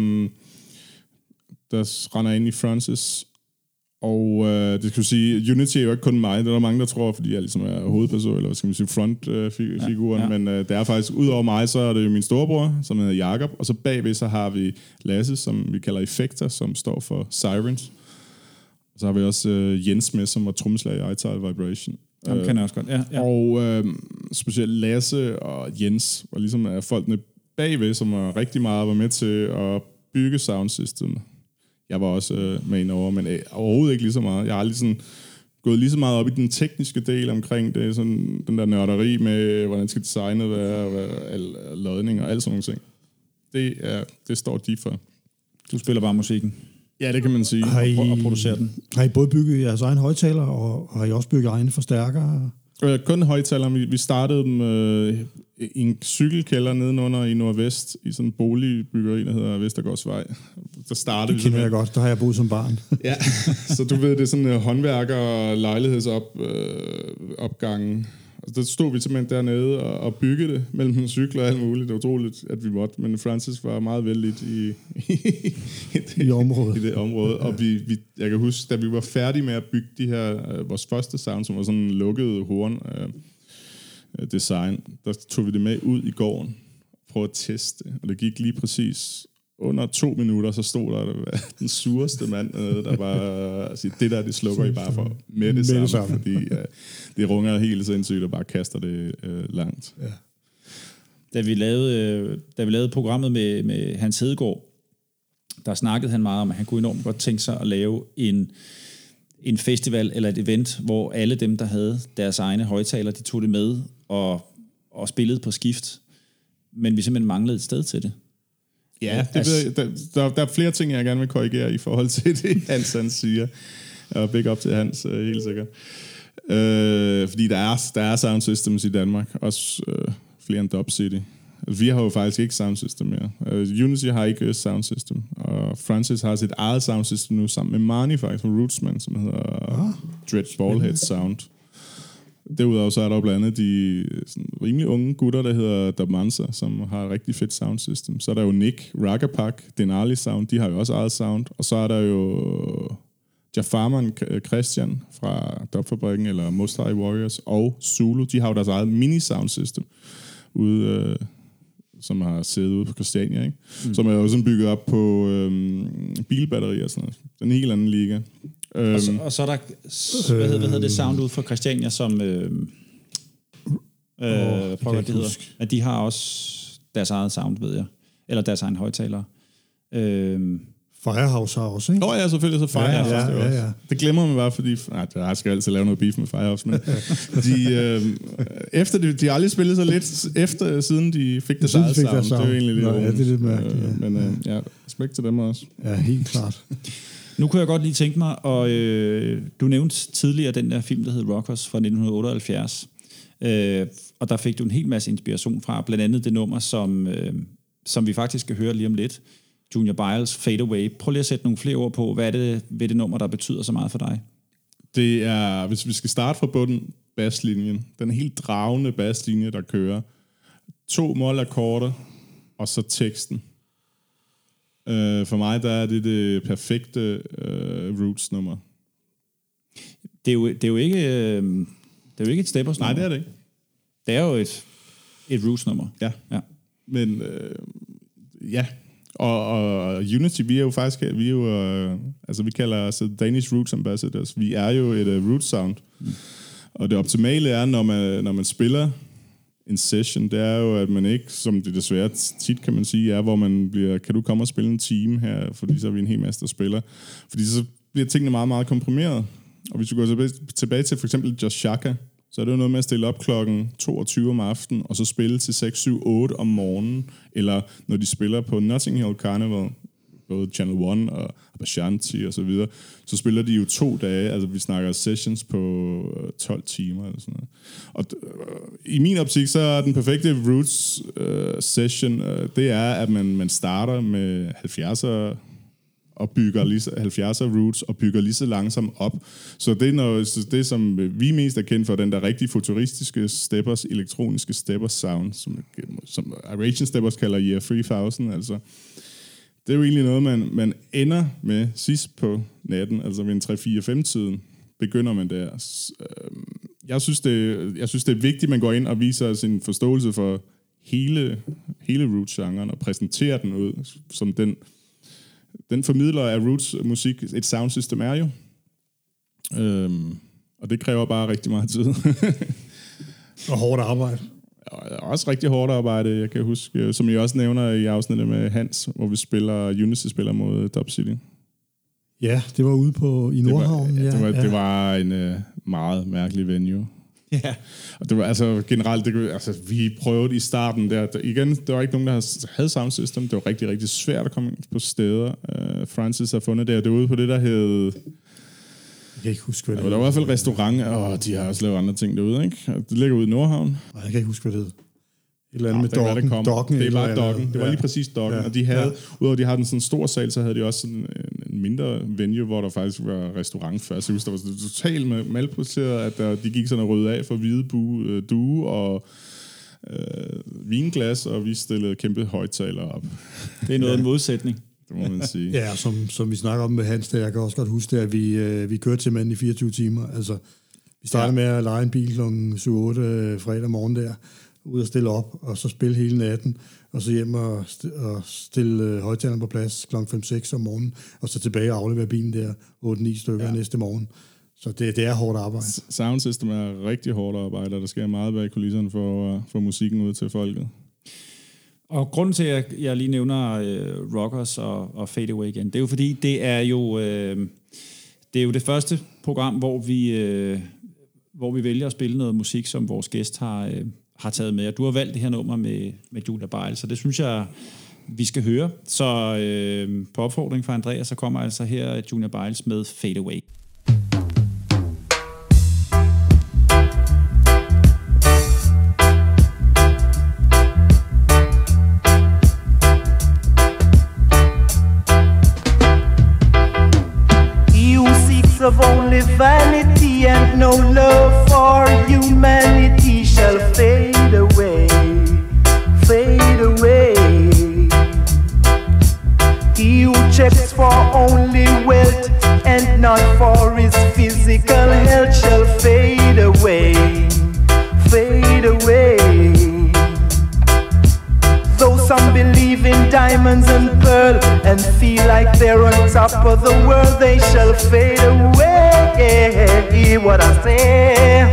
Speaker 3: der render ind i Francis. Og det skal sige, Unity er jo ikke kun mig, det er der mange, der tror, fordi jeg ligesom er hovedperson, eller hvad skal man sige, frontfiguren, men det er faktisk, ud over mig, så er det jo min storebror, som hedder Jakob, og så bagved, så har vi Lasse, som vi kalder Effekter, som står for Sirens. Og så har vi også Jens med, som var trommeslager i iTile Vibration.
Speaker 1: Ham kender jeg også godt, ja.
Speaker 3: Og specielt Lasse og Jens var ligesom folkene bagved, som var rigtig meget var med til at bygge soundsystemet. Jeg var også med ind over, men overhovedet ikke lige så meget. Jeg har aldrig sådan gået lige så meget op i den tekniske del omkring det, sådan den der nørderi med, hvordan skal designet være, lodning og alt sådan nogle ting. Det står de for.
Speaker 1: Du spiller bare musikken.
Speaker 3: Ja, det kan man sige.
Speaker 1: Og producerer den.
Speaker 2: Har I både bygget jeres egen højtaler, og har I også bygget egne forstærkere?
Speaker 3: Kun højtaler. Vi startede dem i en cykelkælder nedenunder i Nordvest, i sådan en boligbyggeri, der hedder Vestergårdsvej. Der startede
Speaker 2: det kender jeg godt, der har jeg boet som barn.
Speaker 3: Ja, så du ved, det er sådan en håndværker- og lejlighedsopgangen. Og der stod vi simpelthen dernede og byggede det mellem cykler og alt muligt. Det var utroligt, at vi måtte, men Francis var meget vældigt
Speaker 2: i området.
Speaker 3: I det område. Og jeg kan huske, da vi var færdige med at bygge de her, vores første sound, som var sådan en lukket horn design, der tog vi det med ud i gården for at teste. Og det gik lige præcis under 2 minutter, så stod der den sureste mand, der bare siger, det der, det slukker I bare for med det samme, fordi det runger helt sindssygt og bare kaster det langt. Ja.
Speaker 1: Da vi lavede programmet med Hans Hedegaard, der snakkede han meget om, at han kunne enormt godt tænke sig at lave en festival eller et event, hvor alle dem, der havde deres egne højtaler, de tog det med og spillede på skift. Men vi simpelthen manglede et sted til det.
Speaker 3: Ja, der er flere ting, jeg gerne vil korrigere i forhold til det, Hans siger. Og big up til Hans, helt sikkert. Fordi der er sound systems i Danmark, også flere end Dub City. Altså, vi har jo faktisk ikke sound system mere. Unity har ikke sound system, og Francis har sit eget sound system nu, sammen med Marnie faktisk, fra Rootsman, som hedder Dread Ballhead Sound. Derudover så er der jo blandt andet de sådan, rimelig unge gutter, der hedder Damansa, som har et rigtig fedt sound system. Så er der jo Nick, Ragapak, Denali Sound, de har jo også eget sound. Og så er der jo Jafarman Christian fra Dubfabrikken, eller Most High Warriors, og Zulu, de har jo deres eget mini-sound system, ude, som har siddet ude på Christiania, ikke? Som er jo sådan bygget op på bilbatterier og sådan noget. Den helt anden liga.
Speaker 1: Og så er der, hvad hedder det sound ud fra Christiania, som det hedder. At de har også deres eget sound, ved jeg. Eller deres egen højtalere.
Speaker 2: Firehouse har også, ikke?
Speaker 3: Ja, selvfølgelig så Firehouse.
Speaker 2: Ja.
Speaker 3: Det glemmer man bare, fordi jeg skal altid lave noget beef med Firehouse, men efter de aldrig spillet så lidt efter, siden de fik det eget sound. Det er jo egentlig lidt
Speaker 2: det er lidt mærkeligt.
Speaker 3: Men respekt til dem også.
Speaker 2: Ja, helt klart.
Speaker 1: Nu kunne jeg godt lige tænke mig, og du nævnte tidligere den der film, der hed Rockers fra 1978, og der fik du en hel masse inspiration fra, blandt andet det nummer, som vi faktisk skal høre lige om lidt, Junior Byles Fade Away. Prøv lige at sætte nogle flere ord på, hvad er det ved det nummer, der betyder så meget for dig?
Speaker 3: Det er, hvis vi skal starte fra bunden, basslinjen. Den helt dragende basslinje, der kører. 2 mol-akkorder, og så teksten. For mig, der er det perfekte Roots-nummer.
Speaker 1: Det er jo ikke et Steppers-nummer.
Speaker 3: Nej, det er det ikke.
Speaker 1: Det er jo et Roots-nummer.
Speaker 3: Ja. Men ja. Og Unity, vi er jo faktisk, vi kalder os Danish Roots Ambassadors. Vi er jo et Roots sound. Og det optimale er, når man spiller en session, det er jo, at man ikke, som det desværre tit kan man sige, er, hvor man bliver, kan du komme og spille en time her, fordi så er vi en hel masse, der spiller. Fordi så bliver tingene meget, meget komprimeret. Og hvis du går tilbage til for eksempel Josh Shaka, så er det jo noget med at stille op klokken 22 om aftenen, og så spille til 6, 7, 8 om morgenen, eller når de spiller på Notting Hill Carnival, både Channel 1 og Bashanti og så videre, så spiller de jo 2 dage, altså vi snakker sessions på 12 timer eller sådan noget. Og i min optik, så er den perfekte Roots session, det er, at man starter med 70'er og bygger 70'er roots og bygger lige så langsomt op. Så det som vi mest er kendt for, den der rigtig futuristiske steppers, elektroniske steppers sound, som Arranging Steppers kalder Year 3000, altså. Det er jo egentlig noget, man ender med sidst på natten, altså ved en 3-4-5-tiden, begynder man der. Jeg synes, det er vigtigt, at man går ind og viser sin forståelse for hele roots-genren og præsenterer den ud som den formidler af roots-musik, et soundsystem er jo. Og det kræver bare rigtig meget tid.
Speaker 2: Og hårdt arbejde.
Speaker 3: Også rigtig hårdt arbejde, jeg kan huske, som I også nævner i afsnittet med Hans, hvor vi Unity spiller mod Dub City.
Speaker 2: Ja, det var ude i Nordhavn.
Speaker 3: Det var en meget mærkelig venue.
Speaker 1: Ja.
Speaker 3: Og det var altså generelt, vi prøvede i starten der igen, der var ikke nogen, der havde sound system. Det var rigtig, rigtig svært at komme på steder. Francis har fundet det ude på det, der hed...
Speaker 2: Jeg kan ikke huske, hvad det
Speaker 3: der var i hvert fald restaurant, og de har også lavet andre ting derude, ikke? Det ligger ude i Nordhavn.
Speaker 2: Nej, jeg kan ikke huske, hvad det hed. Et eller andet med
Speaker 3: Dokken. Det var Dokken. Det var lige præcis Dokken. Ja. Og de havde, udover at de havde sådan en stor sal, så havde de også sådan en mindre venue, hvor der faktisk var restaurant først. Jeg husker, der var totalt malplaceret, at de gik sådan og rydde af for hvide due og vinglas, og vi stillede kæmpe højtalere op.
Speaker 1: Det er noget af en modsætning.
Speaker 3: Det må man sige.
Speaker 2: Ja, som vi snakker om med Hans, der jeg kan også godt huske, at vi kørte til manden i 24 timer. Altså, vi startede med at lege en bil kl. 7-8 fredag morgen der, ud og stille op, og så spille hele natten, og så hjem og stille højtalerne på plads kl. 5-6 om morgenen, og så tilbage og aflevere bilen der 8-9 stykker næste morgen. Så det er hårdt arbejde.
Speaker 3: Sound system er rigtig hårdt arbejde, og der sker meget bag kulisserne for at få musikken ud til folket.
Speaker 1: Og grunden til, at jeg lige nævner Rockers og Fade Away igen, det er jo fordi, det er jo det første program, hvor vi vælger at spille noget musik, som vores gæst har taget med. Og du har valgt det her nummer med Junior Byles, så det synes jeg, vi skal høre. Så på opfordring fra Andreas, så kommer altså her Junior Byles med Fade Away.
Speaker 4: Of only vanity and no love for humanity shall fade away, fade away. He who checks for only wealth and not for his physical health shall fade away, fade away. Though some believe in diamonds and pearl and feel like they're on top of the world, they shall fade away. Hear what I say.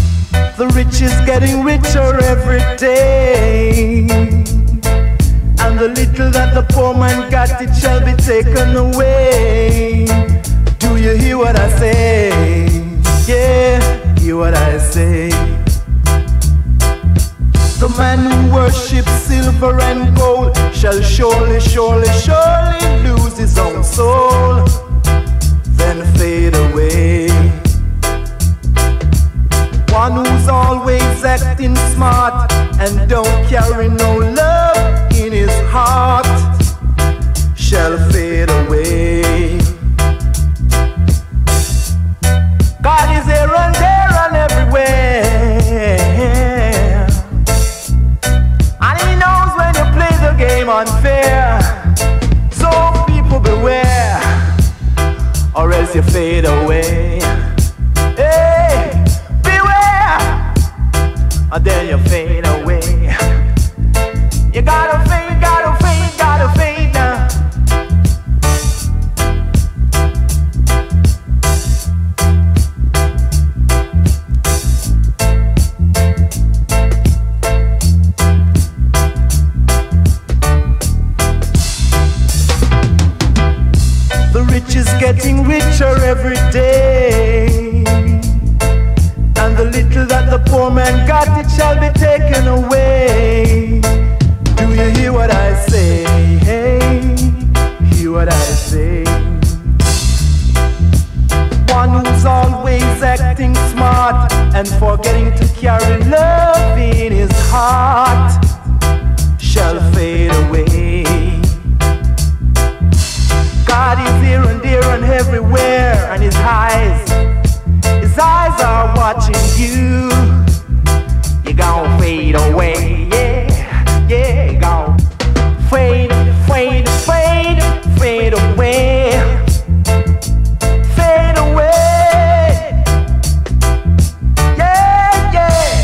Speaker 4: The rich is getting richer every day, and And the little that the poor man got, it shall be taken away. Do you hear what I say? Yeah, hear what I say. The man who worships silver and gold shall surely, surely, surely lose his own soul, then fade away. One who's always acting smart and don't carry no love in his heart shall fade away. God is here and there and everywhere, and he knows when you play the game unfair. So people beware, or else you fade away. Hey, beware, or then you fade away. You gotta fade, gotta fade, gotta fade now. The rich is getting richer every day, and the little that the poor man got, it shall be taken away. Do you hear what I say? Hey, hear what I say. One who's always acting smart and forgetting to carry love in his heart shall fade away. God is here and there and everywhere, and his eyes are watching you. You're gonna fade away, yeah, yeah, you're gonna fade, fade, fade, fade away, fade away, yeah, yeah.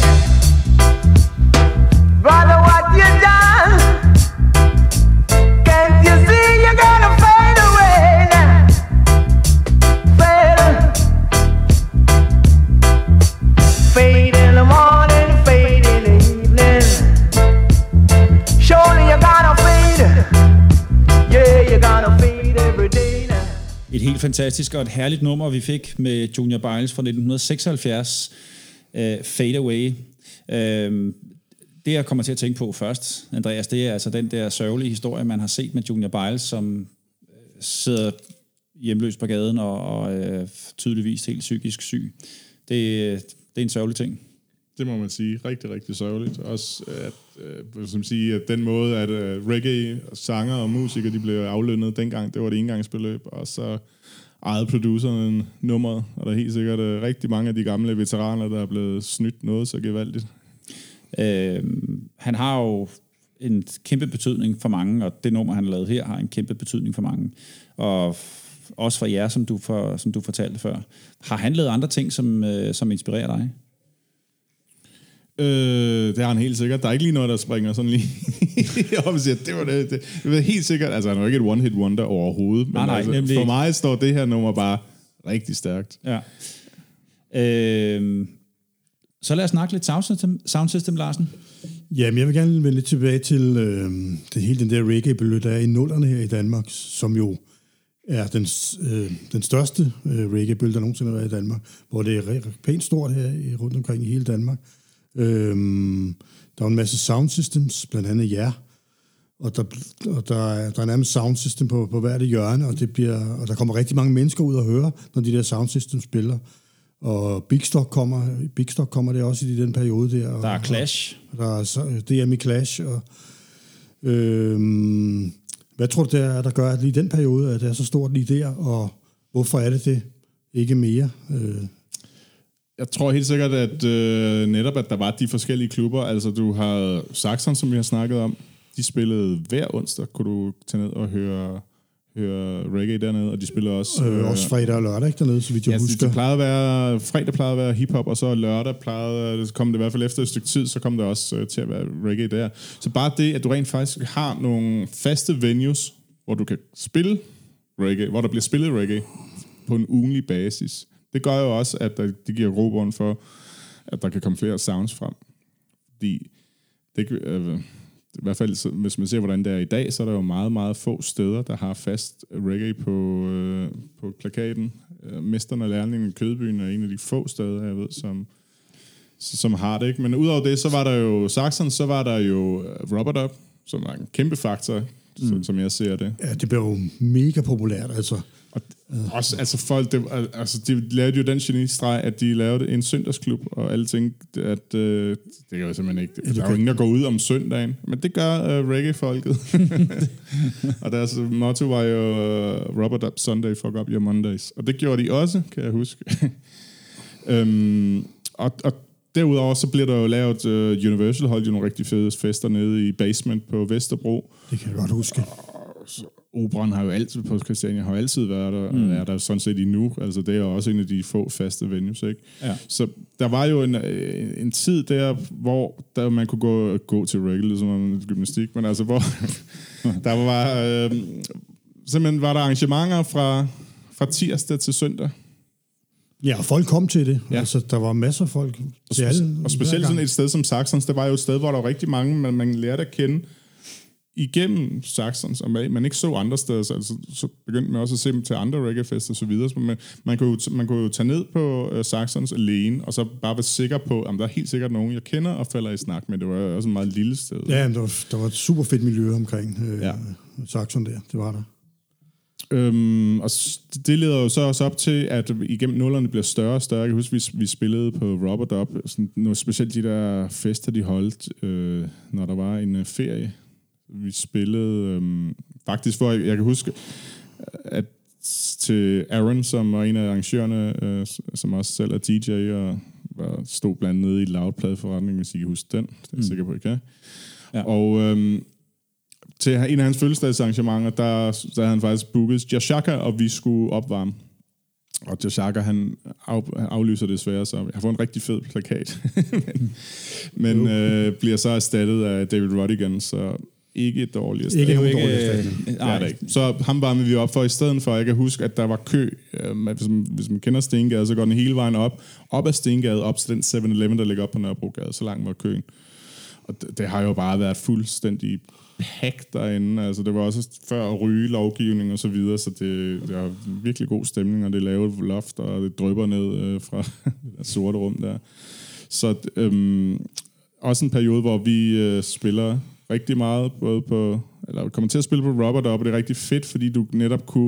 Speaker 4: Brother, what you done? Can't you see you're gonna fade away now? Fade in the morning, fade in the evening. Surely you're gonna fade. Yeah, you're gonna fade every day now.
Speaker 1: Et helt fantastisk og et herligt nummer, vi fik med Junior Byles fra 1976, Fade Away. Det, jeg kommer til at tænke på først, Andreas, det er altså den der sørgelige historie, man har set med Junior Byles, som sidder hjemløs på gaden og tydeligvis helt psykisk syg. Det er en sørgelig ting.
Speaker 3: Det må man sige. Rigtig, rigtig sørgeligt. Også som sige, at den måde, at reggae, sanger og musikere, de blev aflønnet dengang, det var et engangsbeløb, og så ejede produceren nummeret, og der er helt sikkert rigtig mange af de gamle veteraner, der er blevet snydt noget så gevaldigt.
Speaker 1: Han har jo en kæmpe betydning for mange, og det nummer, han har lavet her, har en kæmpe betydning for mange. Og også for jer, som du fortalte før. Har han lavet andre ting, som inspirerer dig?
Speaker 3: Det har han helt sikkert. Der er ikke lige noget, der springer sådan lige op og siger, det var det. Det var helt sikkert. Altså, han er jo ikke et one-hit wonder overhovedet. Men
Speaker 1: nej,
Speaker 3: altså, for mig står det her nummer bare rigtig stærkt.
Speaker 1: Ja. Så lad os snakke lidt sound system, Larsen.
Speaker 2: Jamen, jeg vil gerne vende lidt tilbage til det hele den der reggae-bølge, der er i nullerne her i Danmark, som jo er den største reggae-bølge, der nogensinde har været i Danmark, hvor det er pænt stort her rundt omkring i hele Danmark. Der er en masse sound systems, blandt andet jer, og der er nærmest sound system på hvert hjørne, og der kommer rigtig mange mennesker ud og høre, når de der sound systems spiller. Og Big Stock kommer det også i den periode der.
Speaker 1: Der er Clash.
Speaker 2: Og der er DM i Clash. Og, hvad tror du, der gør, at lige den periode, at det er så stort lige der, og hvorfor er det ikke mere?
Speaker 3: Jeg tror helt sikkert, at netop, at der var de forskellige klubber. Altså, du har Saxon, som vi har snakket om. De spillede hver onsdag, kunne du tage ned og høre reggae dernede, og de spillede også...
Speaker 2: også fredag og lørdag, ikke dernede, så vidt jeg husker.
Speaker 3: Det plejede at være, fredag plejede at være hiphop, og så lørdag kom det i hvert fald efter et stykke tid, så kom det også til at være reggae der. Så bare det, at du rent faktisk har nogle faste venues, hvor du kan spille reggae, hvor der bliver spillet reggae på en ugenlig basis. Det gør jo også, at det giver grobund for, at der kan komme flere sounds frem. Fordi i hvert fald, hvis man ser, hvordan det er i dag, så er der jo meget, meget få steder, der har fast reggae på plakaten. Mesteren og Lærlingen i Kødbyen er en af de få steder, jeg ved, som har det, ikke? Men udover det, så var der jo Saxons, så var der jo Rub-a-Dub, som var en kæmpe faktor, som jeg ser det.
Speaker 2: Ja, det blev jo mega populært, altså.
Speaker 3: Og også, altså folk, de lavede jo den genistreg, at de lavede en søndagsklub, og alle tænkte, at det kan jo simpelthen ikke. Der er jo ingen, der går ud om søndagen, men det gør reggae-folket. Og deres motto var jo Rub-a-Dub Sunday, fuck up your Mondays. Og det gjorde de også, kan jeg huske. Og derudover så bliver der jo lavet, Universal holdt jo nogle rigtig fede fester nede i basement på Vesterbro.
Speaker 2: Det kan jeg godt huske.
Speaker 3: Operan har jo altid på Christiania har jo altid været der, er der sådan set endnu. Altså det er jo også en af de få faste venues, ikke? Ja. Så der var jo en tid der, hvor der man kunne gå til reggae, som en gymnastik, men altså hvor der var simpelthen var der arrangementer fra tirsdag til søndag.
Speaker 2: Ja, og folk kom til det. Ja. Altså, der var masser af folk til alle.
Speaker 3: Og specielt sådan et sted som Saxons, det var jo et sted, hvor der var rigtig mange, man lærte at kende igennem Saxons, og man ikke så andre steder, så begyndte man også at se dem til andre reggae-fester og så videre. Man kunne jo tage ned på Saxons alene, og så bare være sikker på, at der er helt sikkert nogen, jeg kender og falder i snak med. Det var også et meget lille sted.
Speaker 2: Ja, der var et super fedt miljø omkring Saxon der. Det var der.
Speaker 3: Og det leder jo så også op til, at igennem nullerne bliver større og større. Jeg kan huske, vi spillede på Rub-a-Dub, specielt de der fester, de holdt, når der var en ferie. Vi spillede faktisk, hvor jeg kan huske, at til Aaron, som var en af arrangørerne, som også selv er DJ, og stod blandt nede i Loud-pladeforretningen, hvis I kan huske den. Det er jeg sikker på, I kan. Ja. Og til en af hans fødselsdagsarrangementer, der havde han faktisk booket Jashaka, og vi skulle opvarme. Og Jashaka, han aflyser desværre, så jeg har fået en rigtig fed plakat. men bliver så erstattet af David Rodigan, så ikke et dårligt sted.
Speaker 2: Ikke nogen dårligt sted.
Speaker 3: Nej, det ikke. Så ham varmede vi op for i stedet for. Jeg kan huske, at der var kø. Hvis man kender Stengade, så går den hele vejen op ad Stengade, op til den 7-Eleven, der ligger op på Nørrebrogade. Så langt var køen. Og det har jo bare været fuldstændig packed derinde. Altså, det var også før rygelovgivning og så videre, så det er virkelig god stemning, og det lavede loft, og det drypper ned fra det sorte rum der. Så også en periode, hvor vi spiller rigtig meget, både på, eller kommer til at spille på Rub-a-Dub, og det er rigtig fedt, fordi du netop kunne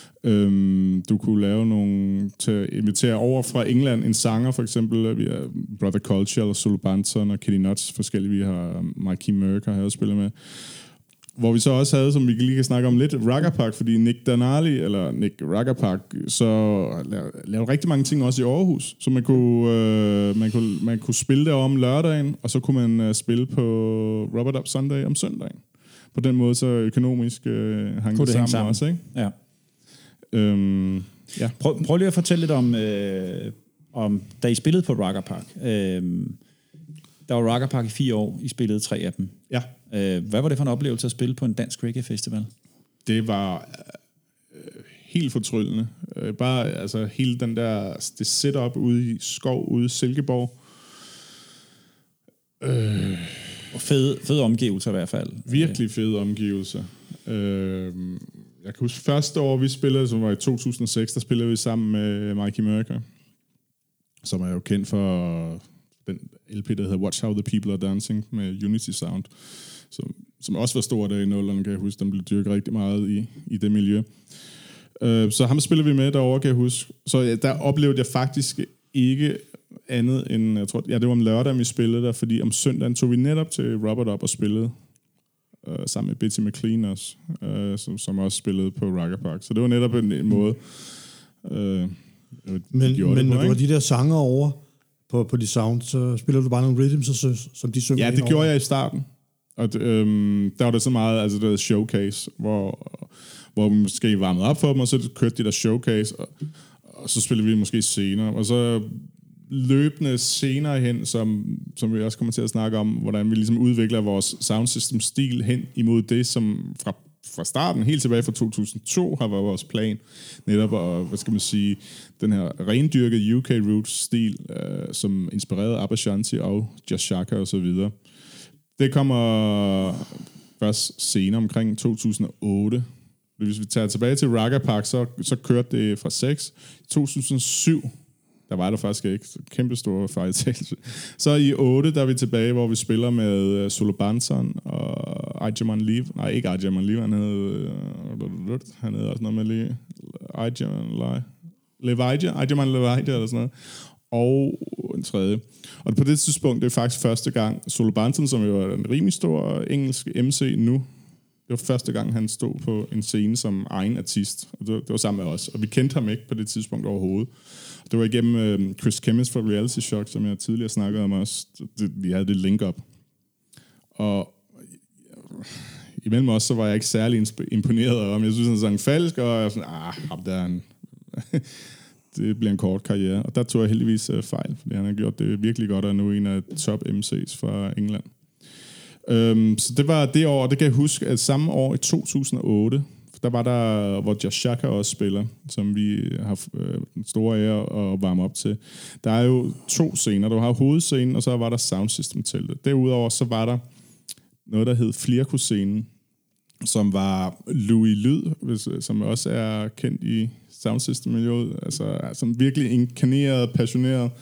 Speaker 3: lave nogle, til at invitere over fra England en sanger, for eksempel, vi har Brother Culture, eller Solo Banton og Kitty Nuts, forskellige, vi har Mikey Merker har jeg spillet med, hvor vi så også havde, som vi lige kan snakke om lidt, Raggapark, fordi Nick Raggapark, så lavede rigtig mange ting også i Aarhus, så man kunne spille det om lørdagen, og så kunne man spille på Rub-a-Dub Sunday om søndagen. På den måde så økonomisk hang det sammen også, ikke?
Speaker 1: Ja.
Speaker 3: Ja.
Speaker 1: Prøv lige at fortælle lidt om da I spillede på Raggapark. Der var Raggapark i 4 år. I spillede 3 af dem.
Speaker 3: Ja.
Speaker 1: Hvad var det for en oplevelse at spille på en dansk reggae-festival?
Speaker 3: Det var helt fortryllende. Bare altså hele det setup ude i skov, ude i Silkeborg.
Speaker 1: Og fede omgivelser i hvert fald.
Speaker 3: Virkelig fede omgivelser. Jeg kan huske første år, vi spillede, som var i 2006, der spillede vi sammen med Mikey Merker, som er jo kendt for den LP, der hedder Watch How the People Are Dancing med Unity Sound, som også var stor der i nullerne, kan jeg huske. Den blev dyrket rigtig meget i det miljø. Så ham spillede vi med derovre, kan jeg huske. Så der oplevede jeg faktisk ikke andet end, jeg tror, det var om lørdagen, vi spillede der, fordi om søndagen tog vi netop til Rub-a-Dub og spillede sammen med Betty McLean også, som også spillede på Raggapark. Så det var netop en måde.
Speaker 2: Men når du har de der sanger over på de sound, så spiller du bare nogle rhythms, som de synger.
Speaker 3: Ja, det gjorde jeg i starten. Og der var det så meget, altså det der showcase, hvor vi måske varmede op for dem, og så kørte de der showcase, og så spillede vi måske senere. Og så løbende senere hen, som vi også kommer til at snakke om, hvordan vi ligesom udvikler vores soundsystem-stil hen imod det, som fra starten, helt tilbage fra 2002, har været vores plan. Netop at, hvad skal man sige, den her rendyrkede UK Roots-stil, som inspirerede Abba Shanti og Jashaka og så videre. Det kommer først senere, omkring 2008. Hvis vi tager tilbage til Ragga Park, så kørte det fra 6. I 2007, der var der faktisk ikke. Kæmpe store fejltagelse. Så i 8, der er vi tilbage, hvor vi spiller med Solo Banton og Ajaman Lev. Nej, ikke Ajaman Lev, han hed også noget med lige. Ajaman Levaja, eller sådan noget. Og en tredje. Og på det tidspunkt, det er faktisk første gang, Solo Banton, som jo er en rimelig stor engelsk MC nu, det var første gang, han stod på en scene som egen artist. Og det var sammen med os. Og vi kendte ham ikke på det tidspunkt overhovedet. Det var igennem Chris Kemmis fra Reality Shock, som jeg tidligere snakkede om også. Vi havde det link-up. Og imellem os, så var jeg ikke særlig imponeret om. Jeg synes, han sang falsk, og jeg var sådan, ham der en... det bliver en kort karriere. Og der tog jeg heldigvis fejl, fordi han har gjort det virkelig godt, og er nu en af top MC's fra England. Så det var det år, det kan jeg huske, at samme år i 2008, der var der, hvor Josh Shaka også spiller, som vi har den store ære at varme op til. Der er jo 2 scener. Der var hovedscenen, og så var der soundsystem-teltet. Derudover så var der noget, der hed Flirko-scenen, som var Louis Lyd, som også er kendt i soundsystem-miljøet. Altså som virkelig inkarneret, passioneret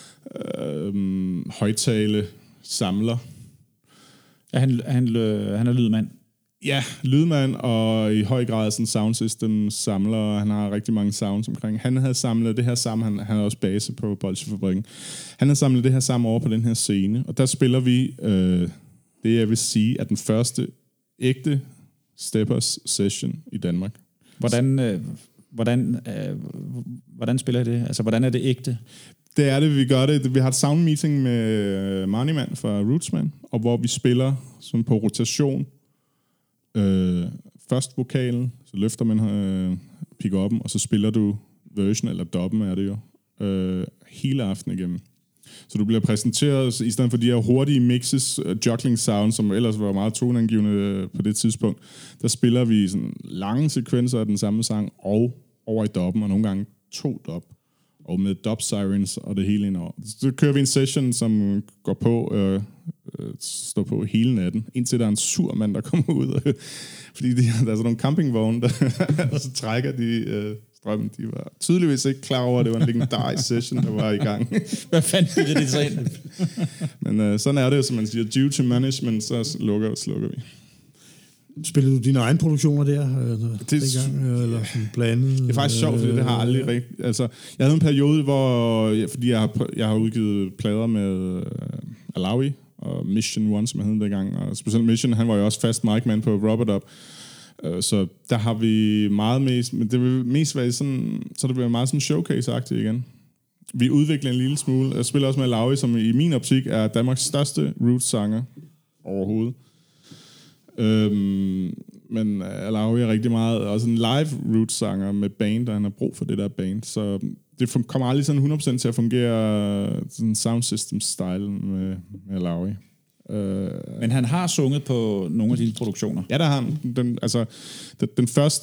Speaker 3: højtale samler.
Speaker 1: Ja, han er lydmand.
Speaker 3: Ja, lydmand, og i høj grad sådan soundsystem samler. Han har rigtig mange sounds omkring. Han havde samlet det her sammen. Han er også base på Bolsjefabrikken. Han havde samlet det her sammen over på den her scene. Og der spiller vi det, jeg vil sige, er den første ægte Steppers session i Danmark.
Speaker 1: Hvordan spiller I det? Altså, hvordan er det ægte?
Speaker 3: Det er det, vi gør det. Vi har et sound meeting med Marnieman fra Rootsman, og hvor vi spiller sådan på rotation. Først vokalen, så løfter man pick-up'en, og så spiller du version, eller dubben er det jo, hele aftenen igennem. Så du bliver præsenteret, i stedet for de her hurtige mixes, juggling sound, som ellers var meget toneangivende på det tidspunkt, der spiller vi sådan lange sekvenser af den samme sang, og over i dubben, og nogle gange 2 dub, og med dub sirens og det hele indover. Så kører vi en session, som går på, står på hele natten, indtil der er en sur mand, der kommer ud. Fordi der er sådan nogle campingvogne, og så trækker de strømmen. De var tydeligvis ikke klar over, at det var en legendarisk session, der var i gang.
Speaker 1: Hvad fanden er det så ind?
Speaker 3: Men sådan er det jo, som man siger, due to management, så slukker vi.
Speaker 2: Spillede du dine egne produktioner der? Dengang, eller sådan blandet?
Speaker 3: Det er faktisk sjovt, fordi det har aldrig rigtigt... Altså, jeg havde en periode, hvor... Fordi jeg har udgivet plader med Alawi og Mission One, som jeg hed dengang. Og specielt Mission, han var jo også fast mic-man på Robert Up. Så der har vi meget mest... Men det vil mest være sådan... Så det bliver meget sådan showcase-agtigt igen. Vi udvikler en lille smule. Jeg spiller også med Alawi, som i min optik er Danmarks største roots-sanger overhovedet. Men Alawi er rigtig meget også en live roots-sanger med band, og han har brug for det der band. Så det kommer aldrig sådan 100% til at fungere sådan sound system-style med Alawi.
Speaker 1: Men han har sunget på nogle af dine produktioner.
Speaker 3: Ja, der har han. Den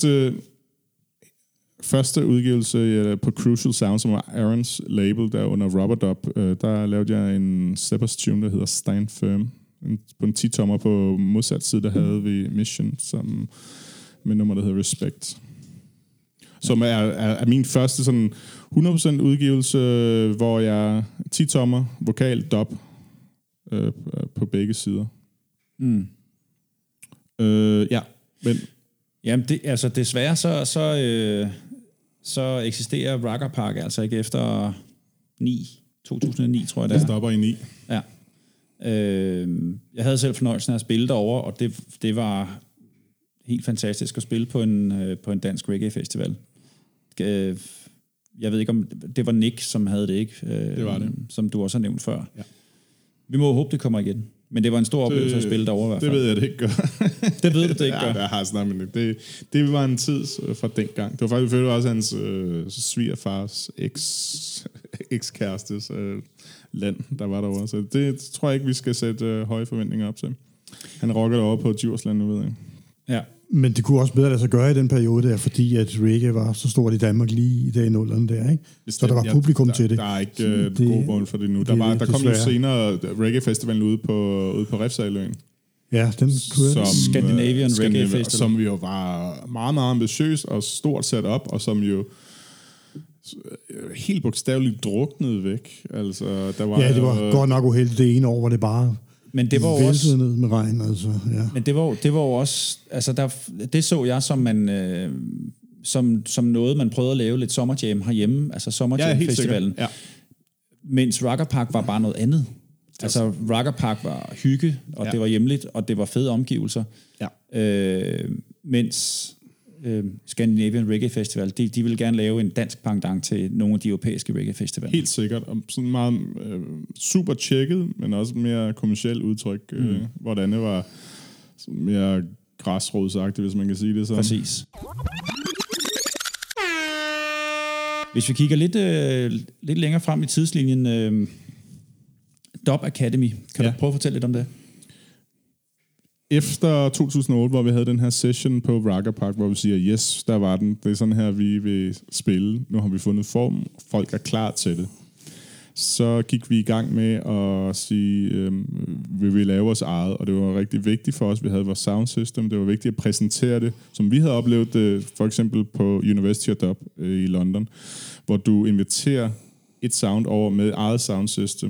Speaker 3: første udgivelse på Crucial Sound, som var Aarons label, der under Robert Up, der lavede jeg en Steppers tune, der hedder Stand Firm. På en 10-tommer på modsat side, der havde vi Mission, som med nummer, der hedder Respect. Som er min første sådan 100% udgivelse, hvor jeg 10-tommer, vokal, dub på begge sider. Ja, men...
Speaker 1: Jamen, desværre så eksisterer Ragga Park altså ikke efter 2009, tror jeg det er.
Speaker 3: Det stopper i 9.
Speaker 1: Ja. Jeg havde selv fornøjelsen af at spille derovre, og det var helt fantastisk at spille på en dansk reggae-festival. Jeg ved ikke, om det var Nick, som havde det, ikke?
Speaker 3: Det var det.
Speaker 1: Som du også har nævnt før.
Speaker 3: Ja.
Speaker 1: Vi må håbe, det kommer igen. Men det var en stor oplevelse at spille derovre i hvert fald.
Speaker 3: Det ved jeg, det ikke gør.
Speaker 1: Det ved du, det ikke gør.
Speaker 3: Ja, jeg har snakket med det. Det var en tid fra dengang. Det var faktisk også hans svigerfars ekskærestes land, der var derovre. Så det tror jeg ikke, vi skal sætte høje forventninger op til. Han rocker derovre på Djursland, nu ved jeg.
Speaker 1: Ja,
Speaker 2: Men det kunne også bedre lade sig gøre i den periode der, fordi at reggae var så stort i Danmark lige i dag i nullerne der, ikke? Så der var publikum til det.
Speaker 3: Der er ikke god grund for det nu. Der kom jo senere reggae-festivalen ude på Refshaløen.
Speaker 2: Ja, den kørte.
Speaker 1: Scandinavian Reggae Festival.
Speaker 3: Som jo var meget, meget ambitiøs og stort sat op, og som jo helt bogstaveligt druknede væk. Altså, der var
Speaker 2: det var godt nok uheldigt det ene år, hvor det bare
Speaker 1: men det var jo også
Speaker 2: ned med regn, altså. Ja.
Speaker 1: Men det var jo også, altså det så jeg som man som noget man prøvede at lave lidt sommerjam herhjemme, altså sommerjam festivalen. Ja. Mens Rocker Park var bare noget andet. Altså Rocker Park var hygge, og det var hjemligt, og det var fede omgivelser. Ja. Mens Scandinavian Reggae Festival, de ville gerne lave en dansk pendant til nogle af de europæiske reggae festivaler.
Speaker 3: Helt sikkert, og sådan meget super tjekket, men også mere kommercielt udtryk, hvordan det var mere græsrodsagtigt, hvis man kan sige det sådan.
Speaker 1: Præcis. Hvis vi kigger lidt længere frem i tidslinjen, Dub Academy, kan du prøve at fortælle lidt om det?
Speaker 3: Efter 2008, hvor vi havde den her session på Rocker Park, hvor vi siger, yes, der var den. Det er sådan her, vi vil spille. Nu har vi fundet form. Folk er klar til det. Så gik vi i gang med at sige, vi vil lave vores eget. Og det var rigtig vigtigt for os. Vi havde vores sound system. Det var vigtigt at præsentere det, som vi havde oplevet det, for eksempel på University of Dub i London, hvor du inviterer et sound over med eget sound system.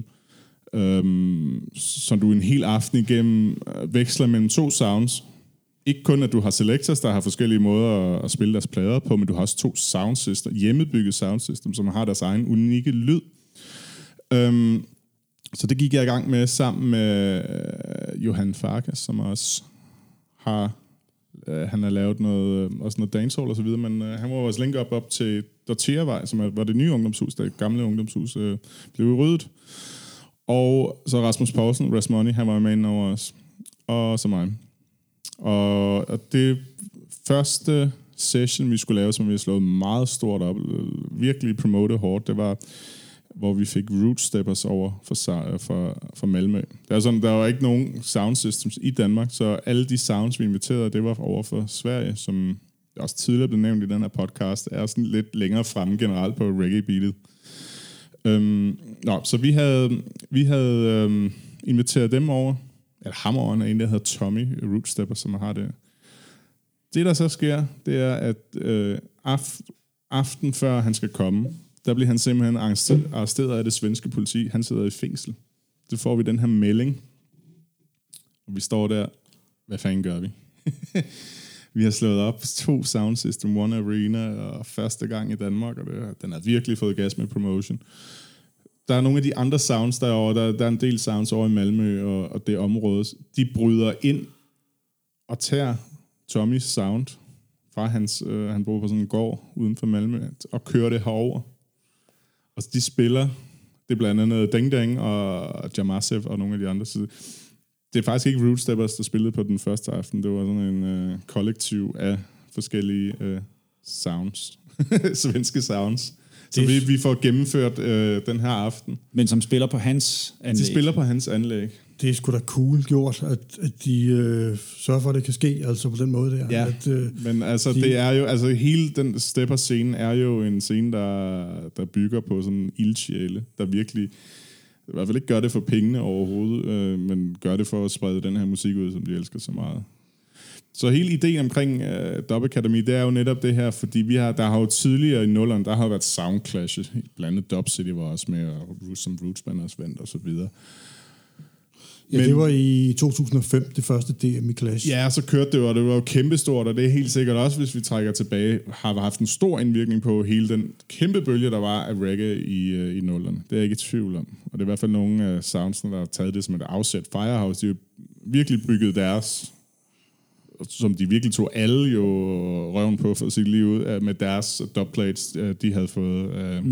Speaker 3: Så du en hel aften igennem veksler mellem to sounds. Ikke kun, at du har selectors, der har forskellige måder at spille deres plader på, men du har også to soundsystem, hjemmebygget soundsystem, som har deres egen unikke lyd. Så det gik jeg i gang med sammen med Johan Farkas, som også har han har lavet også noget dancehall og så videre, men han var vores link op til Dortiavej, som var det nye ungdomshus, det gamle ungdomshus, blev ryddet. Og så Rasmus Poulsen, Rasmoney, han var med ind over os. Og så mig. Og det første session, vi skulle lave, som vi har slået meget stort op, virkelig promotet hårdt, det var, hvor vi fik Root Steppers over for Malmø. Det er sådan, der var ikke nogen sound systems i Danmark, så alle de sounds, vi inviterede, det var over for Sverige, som også tidligere blev nævnt i den her podcast, er sådan lidt længere fremme generelt på reggae-beatet. Så vi havde inviteret dem over, eller ham over, en der hedder Tommy Root Stepper, som har det. Det der så sker, det er, at aften før han skal komme, der bliver han simpelthen arresteret af det svenske politi. Han sidder i fængsel. Så får vi den her melding, og vi står der, hvad fanden gør vi? Vi har slået op 2 sound system, One Arena, og første gang i Danmark, og den har virkelig fået gas med promotion. Der er nogle af de andre sounds derovre, der er en del sounds over i Malmø og det område. De bryder ind og tager Tommys sound fra han bor på sådan en gård uden for Malmø, og kører det herover. Og de spiller, det er blandt andet Deng Deng og Jamasev og nogle af de andre. Så det er faktisk ikke Root Steppers, der spillede på den første aften. Det var sådan en kollektiv af forskellige sounds. Svenske sounds. Så vi får gennemført den her aften.
Speaker 1: Men som spiller på hans anlæg.
Speaker 3: De spiller på hans anlæg.
Speaker 2: Det er sgu da cool gjort, at de sørger for, at det kan ske, altså på den måde der.
Speaker 3: Ja, men altså det er jo, altså hele den Stepper-scene er jo en scene, der bygger på sådan ildsjæle, der virkelig, i hvert fald ikke gør det for pengene overhovedet, men gør det for at sprede den her musik ud, som de elsker så meget. Så hele ideen omkring Dub Academy, det er jo netop det her, fordi der har jo tidligere i nullerne, der har været sound clashes, blandt andet Dub City var også med, og som Rootsband også vandt, og så videre.
Speaker 2: Ja, men det var i 2005, det første DM i Clash.
Speaker 3: Ja, så kørte det jo, og det var jo kæmpestort, og det er helt sikkert også, hvis vi trækker tilbage, har haft en stor indvirkning på hele den kæmpe bølge, der var af reggae i nullerne. Det er jeg ikke i tvivl om. Og det er i hvert fald nogle af soundsene, der har taget det som et afsæt. Firehouse, de har jo virkelig bygget deres, som de virkelig tog alle jo røven på for at sige lige ud, med deres dubplates, de havde fået.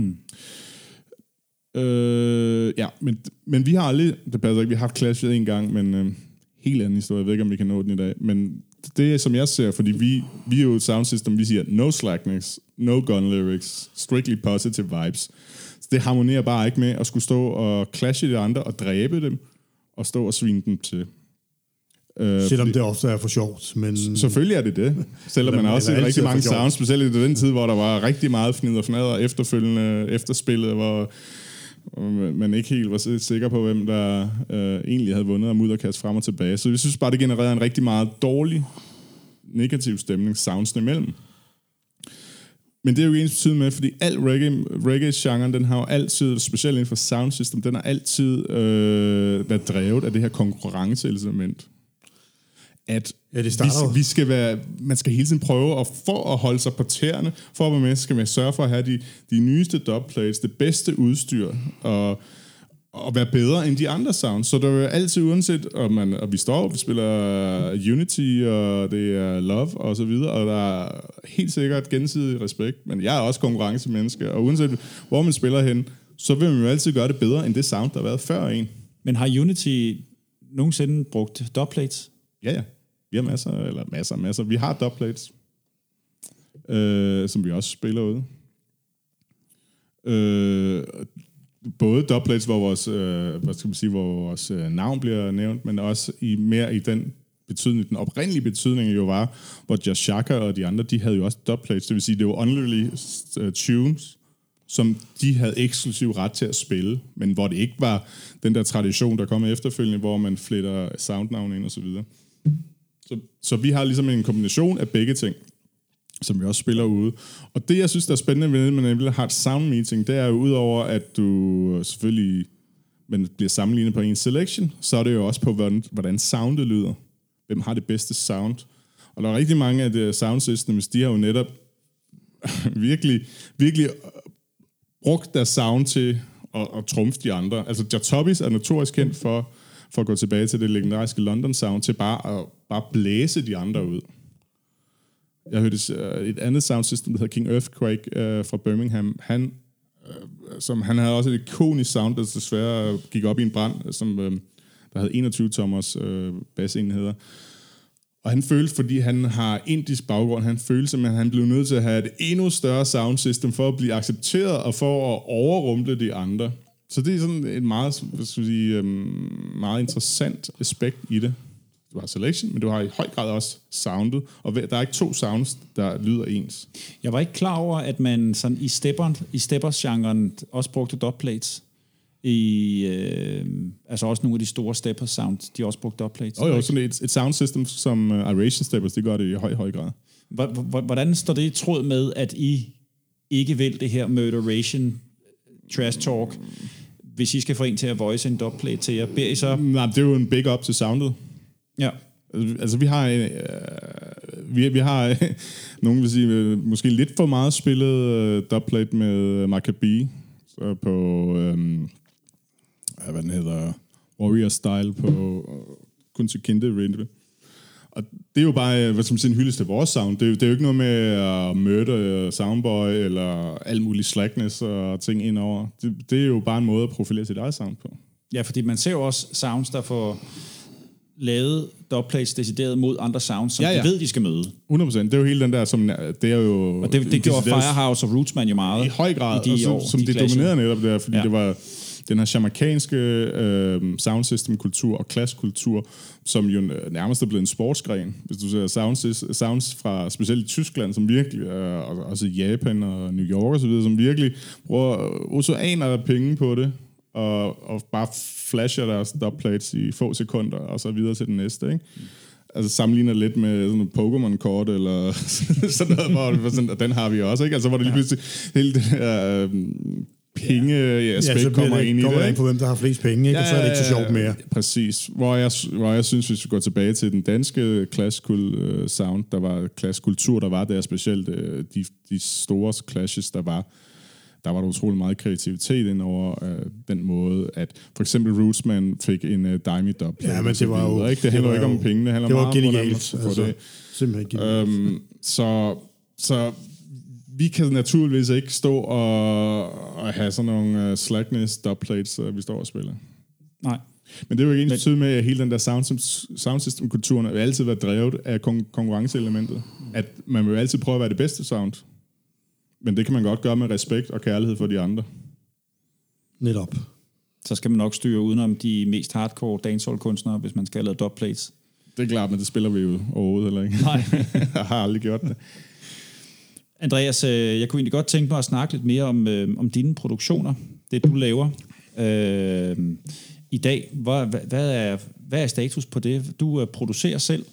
Speaker 3: Ja, men vi har aldrig, det passer ikke, vi har haft clashet en gang, men helt anden historie, jeg ved ikke, om vi kan nå den i dag, men det er, som jeg ser, fordi vi er jo et sound system, vi siger, no slackness, no gun lyrics, strictly positive vibes. Så det harmonerer bare ikke med at skulle stå og clashe de andre og dræbe dem, og stå og svine dem til.
Speaker 2: Selvom det ofte er for sjovt. Men
Speaker 3: selvfølgelig er det. Selvom man har også set rigtig mange sounds, specielt i den tid, hvor der var rigtig meget fnid og fnader efterfølgende efterspillet, hvor man ikke helt var sikker på, hvem der egentlig havde vundet og mudderkast frem og tilbage. Så vi synes bare, det genererede en rigtig meget dårlig, negativ stemning soundsene imellem. Men det er jo ens betydning med, fordi al reggae-genren, den har jo altid, specielt inden for sound system, den har altid været drevet af det her konkurrenceelement. At man skal hele tiden prøve at for at holde sig på tæerne, for at være med, skal man sørge for at have de nyeste dubplates, det bedste udstyr, og være bedre end de andre sounds. Så der er altid, uanset og vi spiller Unity, og det er Love, og så videre, og der er helt sikkert gensidig respekt, men jeg er også konkurrencemenneske, og uanset hvor man spiller hen, så vil man jo altid gøre det bedre, end det sound, der har været før en.
Speaker 1: Men har Unity nogensinde brugt dubplates?
Speaker 3: Ja. Vi har masser. Vi har dubplates, som vi også spiller ude. Både dubplates, hvor vores navn bliver nævnt, men også mere i den betydning, den oprindelige betydning jo var, hvor Just Shaka og de andre, de havde jo også dubplates, det vil sige, det var unreleased tunes, som de havde eksklusiv ret til at spille, men hvor det ikke var den der tradition, der kom efterfølgende, hvor man fletter soundnavn ind og så videre. Så vi har ligesom en kombination af begge ting, som vi også spiller ude. Og det, jeg synes, der er spændende ved, at man har et sound meeting, det er jo udover, at du selvfølgelig bliver sammenlignet på en selection, så er det jo også på, hvordan soundet lyder. Hvem har det bedste sound? Og der er rigtig mange af de sound systems, de har jo netop virkelig brugt deres sound til at trumfe de andre. Altså, Jatobis er notorisk kendt for at gå tilbage til det legendariske London sound, til bare at blæse de andre ud. Jeg hørte et andet sound system, der hedder King Earthquake fra Birmingham. Han havde også et ikonisk sound, der desværre gik op i en brand, som der havde 21 tommers basenheder. Og han følte, fordi han har indisk baggrund, han følte simpelthen, at han blev nødt til at have et endnu større sound system for at blive accepteret og for at overrumple de andre. Så det er sådan et meget, meget interessant aspekt i det. Du har selection, men du har i høj grad også soundet, og der er ikke to sounds, der lyder ens.
Speaker 1: Jeg var ikke klar over, at man sådan i steppers-genren også brugte dubplates. Altså også nogle af de store steppers sounds, de også brugte dubplates.
Speaker 3: Jo, sådan et sound system som Iration Steppers, det gør det i høj grad.
Speaker 1: Hvordan står det i tråd med, at I ikke vil det her murderation trash talk, hvis I skal få en til at voice en dubplate til jer? Beder I så?
Speaker 3: Nej, det er jo en big up til soundet.
Speaker 1: Ja.
Speaker 3: Altså vi har nogen vil sige måske lidt for meget spillet dubplate med Maccabi på hvad den hedder, Warrior Style på Kunsikinde Radio. Og det er jo bare, hvad skal man sige, en hyldest til vores sound. Det er jo ikke noget med at murder Soundboy eller alt muligt slackness og ting indover. Det er jo bare en måde at profilere sit eget sound på.
Speaker 1: Ja, fordi man ser jo også sounds, der får lavet dubplates decideret mod andre sounds, som de ved, de skal møde.
Speaker 3: 100%. Det er jo hele den der, som det er jo...
Speaker 1: Og det gjorde Firehouse og Rootsman jo meget.
Speaker 3: I høj grad, som det dominerede netop der, fordi det var den her jamaicanske sound system kultur og klasskultur, som jo nærmest er blevet en sportsgren. Hvis du ser sounds fra specielt Tyskland, som virkelig, og også Japan og New York og så videre, som virkelig bruger oceaner af penge på det, og bare flasher deres dubplates i få sekunder, og så videre til den næste, ikke? Altså sammenligner lidt med sådan et Pokémon-kort, eller sådan noget, hvor sådan, og den har vi også, ikke? Altså hvor det lige pludselig hele det her penge-aspekt kommer ind i det.
Speaker 2: Kommer ikke på, hvem der har flest penge, ikke? Og så er det ikke så sjovt mere.
Speaker 3: Præcis. Hvor jeg synes, hvis vi går tilbage til den danske classical sound, der var klasskultur, der var der specielt de store clashes, der var der utrolig meget kreativitet ind over den måde, at for eksempel Rootsman fik en Dimey dub.
Speaker 2: Ja, men det var jo...
Speaker 3: Det handler ikke om penge, det handler meget om,
Speaker 2: hvordan man får det. Simpelthen genialt.
Speaker 3: Så vi kan naturligvis ikke stå og have sådan nogle slackness dubplates, vi står og spiller.
Speaker 1: Nej.
Speaker 3: Men det er jo ikke ens med, at hele den der sound system-kulturen vil altid være drevet af konkurrenceelementet. At man vil altid prøve at være det bedste sound. Men det kan man godt gøre med respekt og kærlighed for de andre.
Speaker 2: Netop.
Speaker 1: Så skal man nok styre udenom de mest hardcore dancehall-kunstnere, hvis man skal have lavet dubplates.
Speaker 3: Det er klart, men det spiller vi jo overhovedet heller ikke.
Speaker 1: Nej.
Speaker 3: Jeg har aldrig gjort det.
Speaker 1: Andreas, jeg kunne egentlig godt tænke mig at snakke lidt mere om dine produktioner, det du laver i dag. Hvad er status på det? Du producerer selv,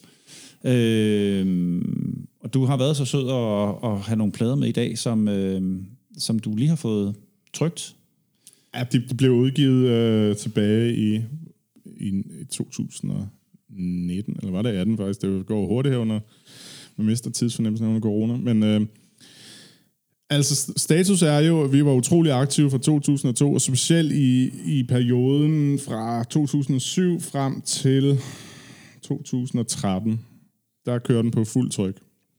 Speaker 1: og du har været så sød at have nogle plader med i dag, som du lige har fået trykt.
Speaker 3: Ja, de blev udgivet tilbage i 2019, eller var det 18 faktisk? Det går hurtigt her under, man mister tidsfornemmelsen under corona, men altså status er jo, at vi var utrolig aktive fra 2002, og specielt i perioden fra 2007 frem til 2013, der kører den på fuld tryk.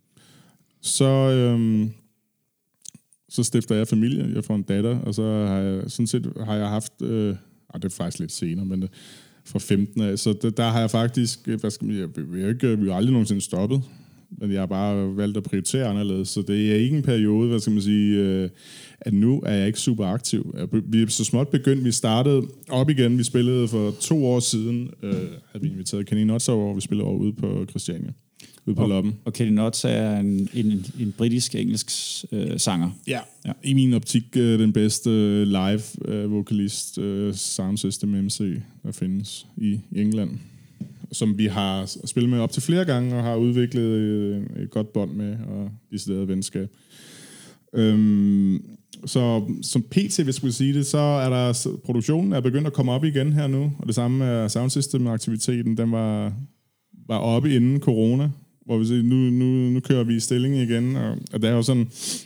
Speaker 3: Så stifter jeg familie, jeg får en datter, og så har jeg haft, det er faktisk lidt senere, men fra 15 af, så der har jeg faktisk, vi har aldrig nogensinde stoppet, men jeg har bare valgt at prioritere anderledes, så det er ikke en periode, at nu er jeg ikke super aktiv. Vi er så småt begyndt, vi startede op igen, vi spillede for 2 år siden, havde vi inviteret Kenny Nuts over, vi spillede over ude på Christiania. Ude på Loppen.
Speaker 1: Og Kenny Nuts er en britisk-engelsk sanger.
Speaker 3: Ja, i min optik den bedste live-vokalist, sound system MC, der findes i England. Som vi har spillet med op til flere gange, og har udviklet et godt bånd med, og decideret venskab. Så som PT, hvis jeg skulle sige det, så er der produktionen er begyndt at komme op igen her nu, og det samme er sound system-aktiviteten, den var oppe inden corona, hvor vi siger, nu kører vi i stilling igen, og det er jo sådan,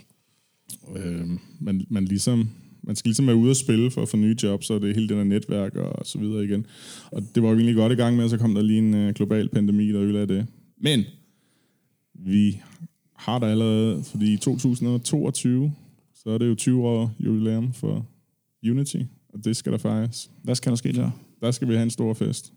Speaker 3: man skal ligesom være ude og spille for at få nye jobs, og det er hele det der netværk og så videre igen. Og det var jo egentlig godt i gang med, og så kom der lige en global pandemi, der ødelagde det. Men vi har der allerede, fordi i 2022, så er det jo 20 år jubilæum for Unity, og det skal der fejres.
Speaker 1: Hvad skal der ske der?
Speaker 3: Der skal vi have en stor fest.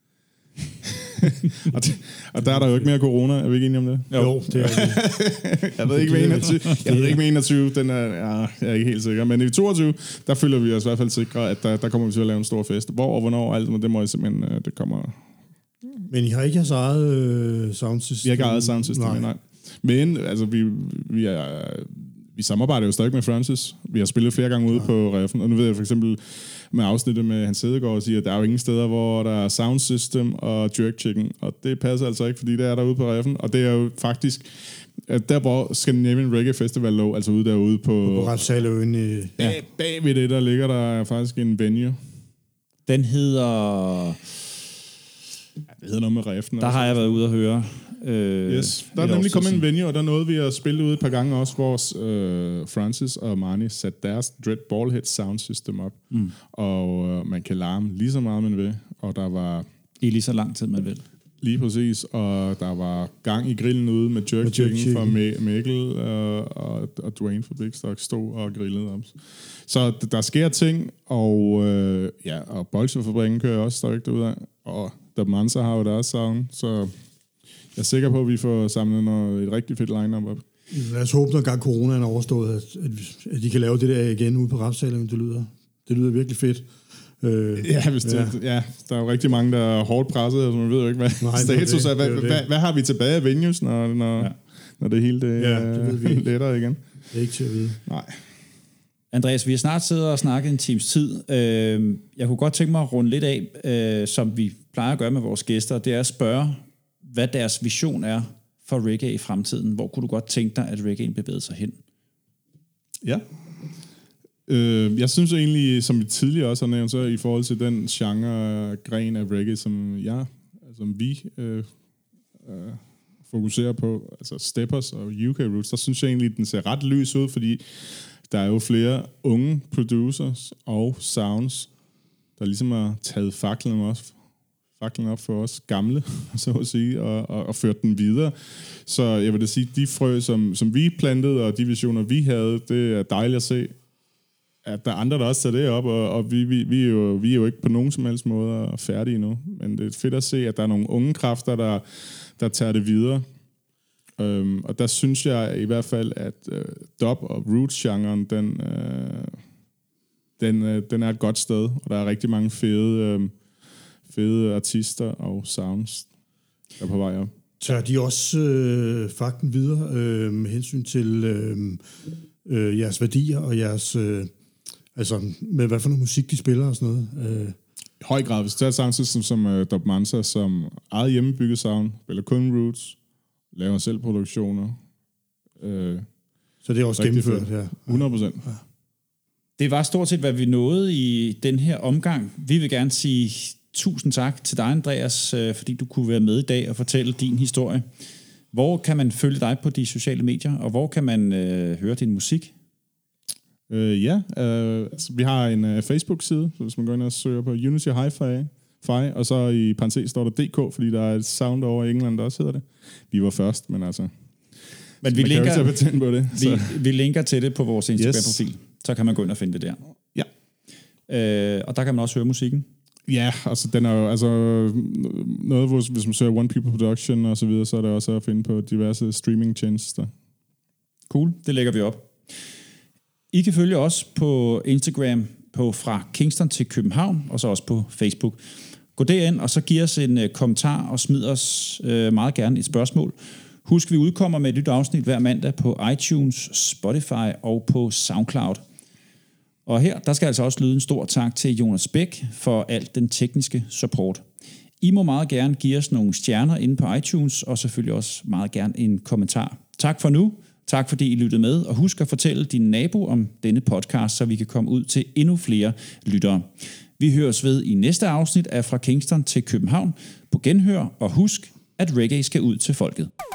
Speaker 3: og der er der jo ikke mere corona, er vi ikke enige om det?
Speaker 2: Jo, det er det.
Speaker 3: Jeg ved ikke med 21, den jeg er ikke helt sikker, men i 22, der føler vi os i hvert fald sikre, at der kommer vi til at lave en stor fest. Hvor og hvornår, alt det må jeg simpelthen, det kommer.
Speaker 2: Men I har ikke jeres eget soundsystem?
Speaker 3: Vi har ikke eget soundsystem, nej. Men altså, vi samarbejder jo stadig med Francis. Vi har spillet flere gange ude på Reffen, og nu ved jeg for eksempel med afsnittet med Hans Hedegaard og siger, at der er jo ingen steder, hvor der er sound system og jerk chicken, og det passer altså ikke, fordi det er derude på Reffen, og det er jo faktisk der, hvor Scandinavian Reggae Festival lå, altså ude derude på
Speaker 2: Refshaleøen i...
Speaker 3: Ja, bag ved det, der ligger der faktisk en venue.
Speaker 1: Den hedder...
Speaker 3: Det hedder noget med Reffen.
Speaker 1: Der har jeg været ude at høre.
Speaker 3: Yes. Der er nemlig kommet en venue, og der nåede vi at spille ude et par gange også, hvor Francis og Marnie satte deres Dread Ballhead sound system op. Og man kan larme lige så meget, man vil. Og der var...
Speaker 1: I lige så lang tid, man vil.
Speaker 3: Lige præcis. Og der var gang i grillen ude med jerk chicken fra Mikkel og Dwayne fra Big Stock stod og grillede op. Så der sker ting, og og Bolsjefabrikken kører også stadig derudad. Og The Mansa har jo deres sound, så jeg er sikker på, at vi får samlet et rigtig fedt line-up op.
Speaker 2: Lad os håbe, når gang coronaen er overstået, at de kan lave det der igen ude på Refshaleøen. Det lyder virkelig fedt.
Speaker 3: Der er jo rigtig mange, der er hårdt presset, så man ved jo ikke, hvad status er. Hvad har vi tilbage af venues, når det hele det letter igen?
Speaker 2: Det er ikke til at vide.
Speaker 3: Nej.
Speaker 1: Andreas, vi har snart siddet og snakket en times tid. Jeg kunne godt tænke mig at runde lidt af, som vi plejer at gøre med vores gæster, det er at spørge, hvad deres vision er for reggae i fremtiden. Hvor kunne du godt tænke dig, at reggaen bevæger sig hen?
Speaker 3: Ja. Jeg synes egentlig, som vi tidligere også har nævnt, så i forhold til den genre-gren af reggae, som vi fokuserer på, altså Steppers og UK Roots, der synes jeg egentlig, den ser ret lys ud, fordi der er jo flere unge producers og sounds, der ligesom har taget faklen op for os gamle, så at sige, og ført den videre. Så jeg vil da sige, de frø, som vi plantede, og de visioner, vi havde, det er dejligt at se, at der er andre, der også tager det op, og vi er jo ikke på nogen som helst måde færdige endnu. Men det er fedt at se, at der er nogle unge kræfter, der tager det videre. Og der synes jeg i hvert fald, at dub- og roots-genren, den er et godt sted, og der er rigtig mange fede artister og sounds, er på vej op.
Speaker 2: Tør de også fakten videre med hensyn til jeres værdier og jeres... altså med hvad for noget musik de spiller og sådan noget?
Speaker 3: I høj grad. Hvis du tager et soundsystem som Dub Mansa, som eget hjemmebygget sound, spiller kun roots, laver selv produktioner.
Speaker 2: Så det er også gennemført her.
Speaker 3: 100%. Ja.
Speaker 1: Det var stort set, hvad vi nåede i den her omgang. Vi vil gerne sige tusind tak til dig, Andreas, fordi du kunne være med i dag og fortælle din historie. Hvor kan man følge dig på de sociale medier, og hvor kan man høre din musik?
Speaker 3: Altså, vi har en Facebook-side, så hvis man går ind og søger på Unity Hi-Fi, og så i parentes står der DK, fordi der er et sound over i England, der også hedder det. Vi var først, men altså...
Speaker 1: Men vi linker,
Speaker 3: på det,
Speaker 1: vi linker til det på vores Instagram-profil. Så kan man gå ind og finde det der.
Speaker 3: Ja.
Speaker 1: Og der kan man også høre musikken.
Speaker 3: Ja, altså den er jo altså noget, hvis man søger One People Production og så videre, så er der også at finde på diverse streaming-tjenester.
Speaker 1: Cool, det lægger vi op. I kan følge os på Instagram på Fra Kingston til København, og så også på Facebook. Gå derind, og så giv os en kommentar, og smid os meget gerne et spørgsmål. Husk, vi udkommer med et nyt afsnit hver mandag på iTunes, Spotify og på SoundCloud. Og her, der skal altså også lyde en stor tak til Jonas Bæk for alt den tekniske support. I må meget gerne give os nogle stjerner inde på iTunes, og selvfølgelig også meget gerne en kommentar. Tak for nu. Tak fordi I lyttede med, og husk at fortælle din nabo om denne podcast, så vi kan komme ud til endnu flere lyttere. Vi høres ved i næste afsnit af Fra Kingston til København på genhør, og husk, at reggae skal ud til folket.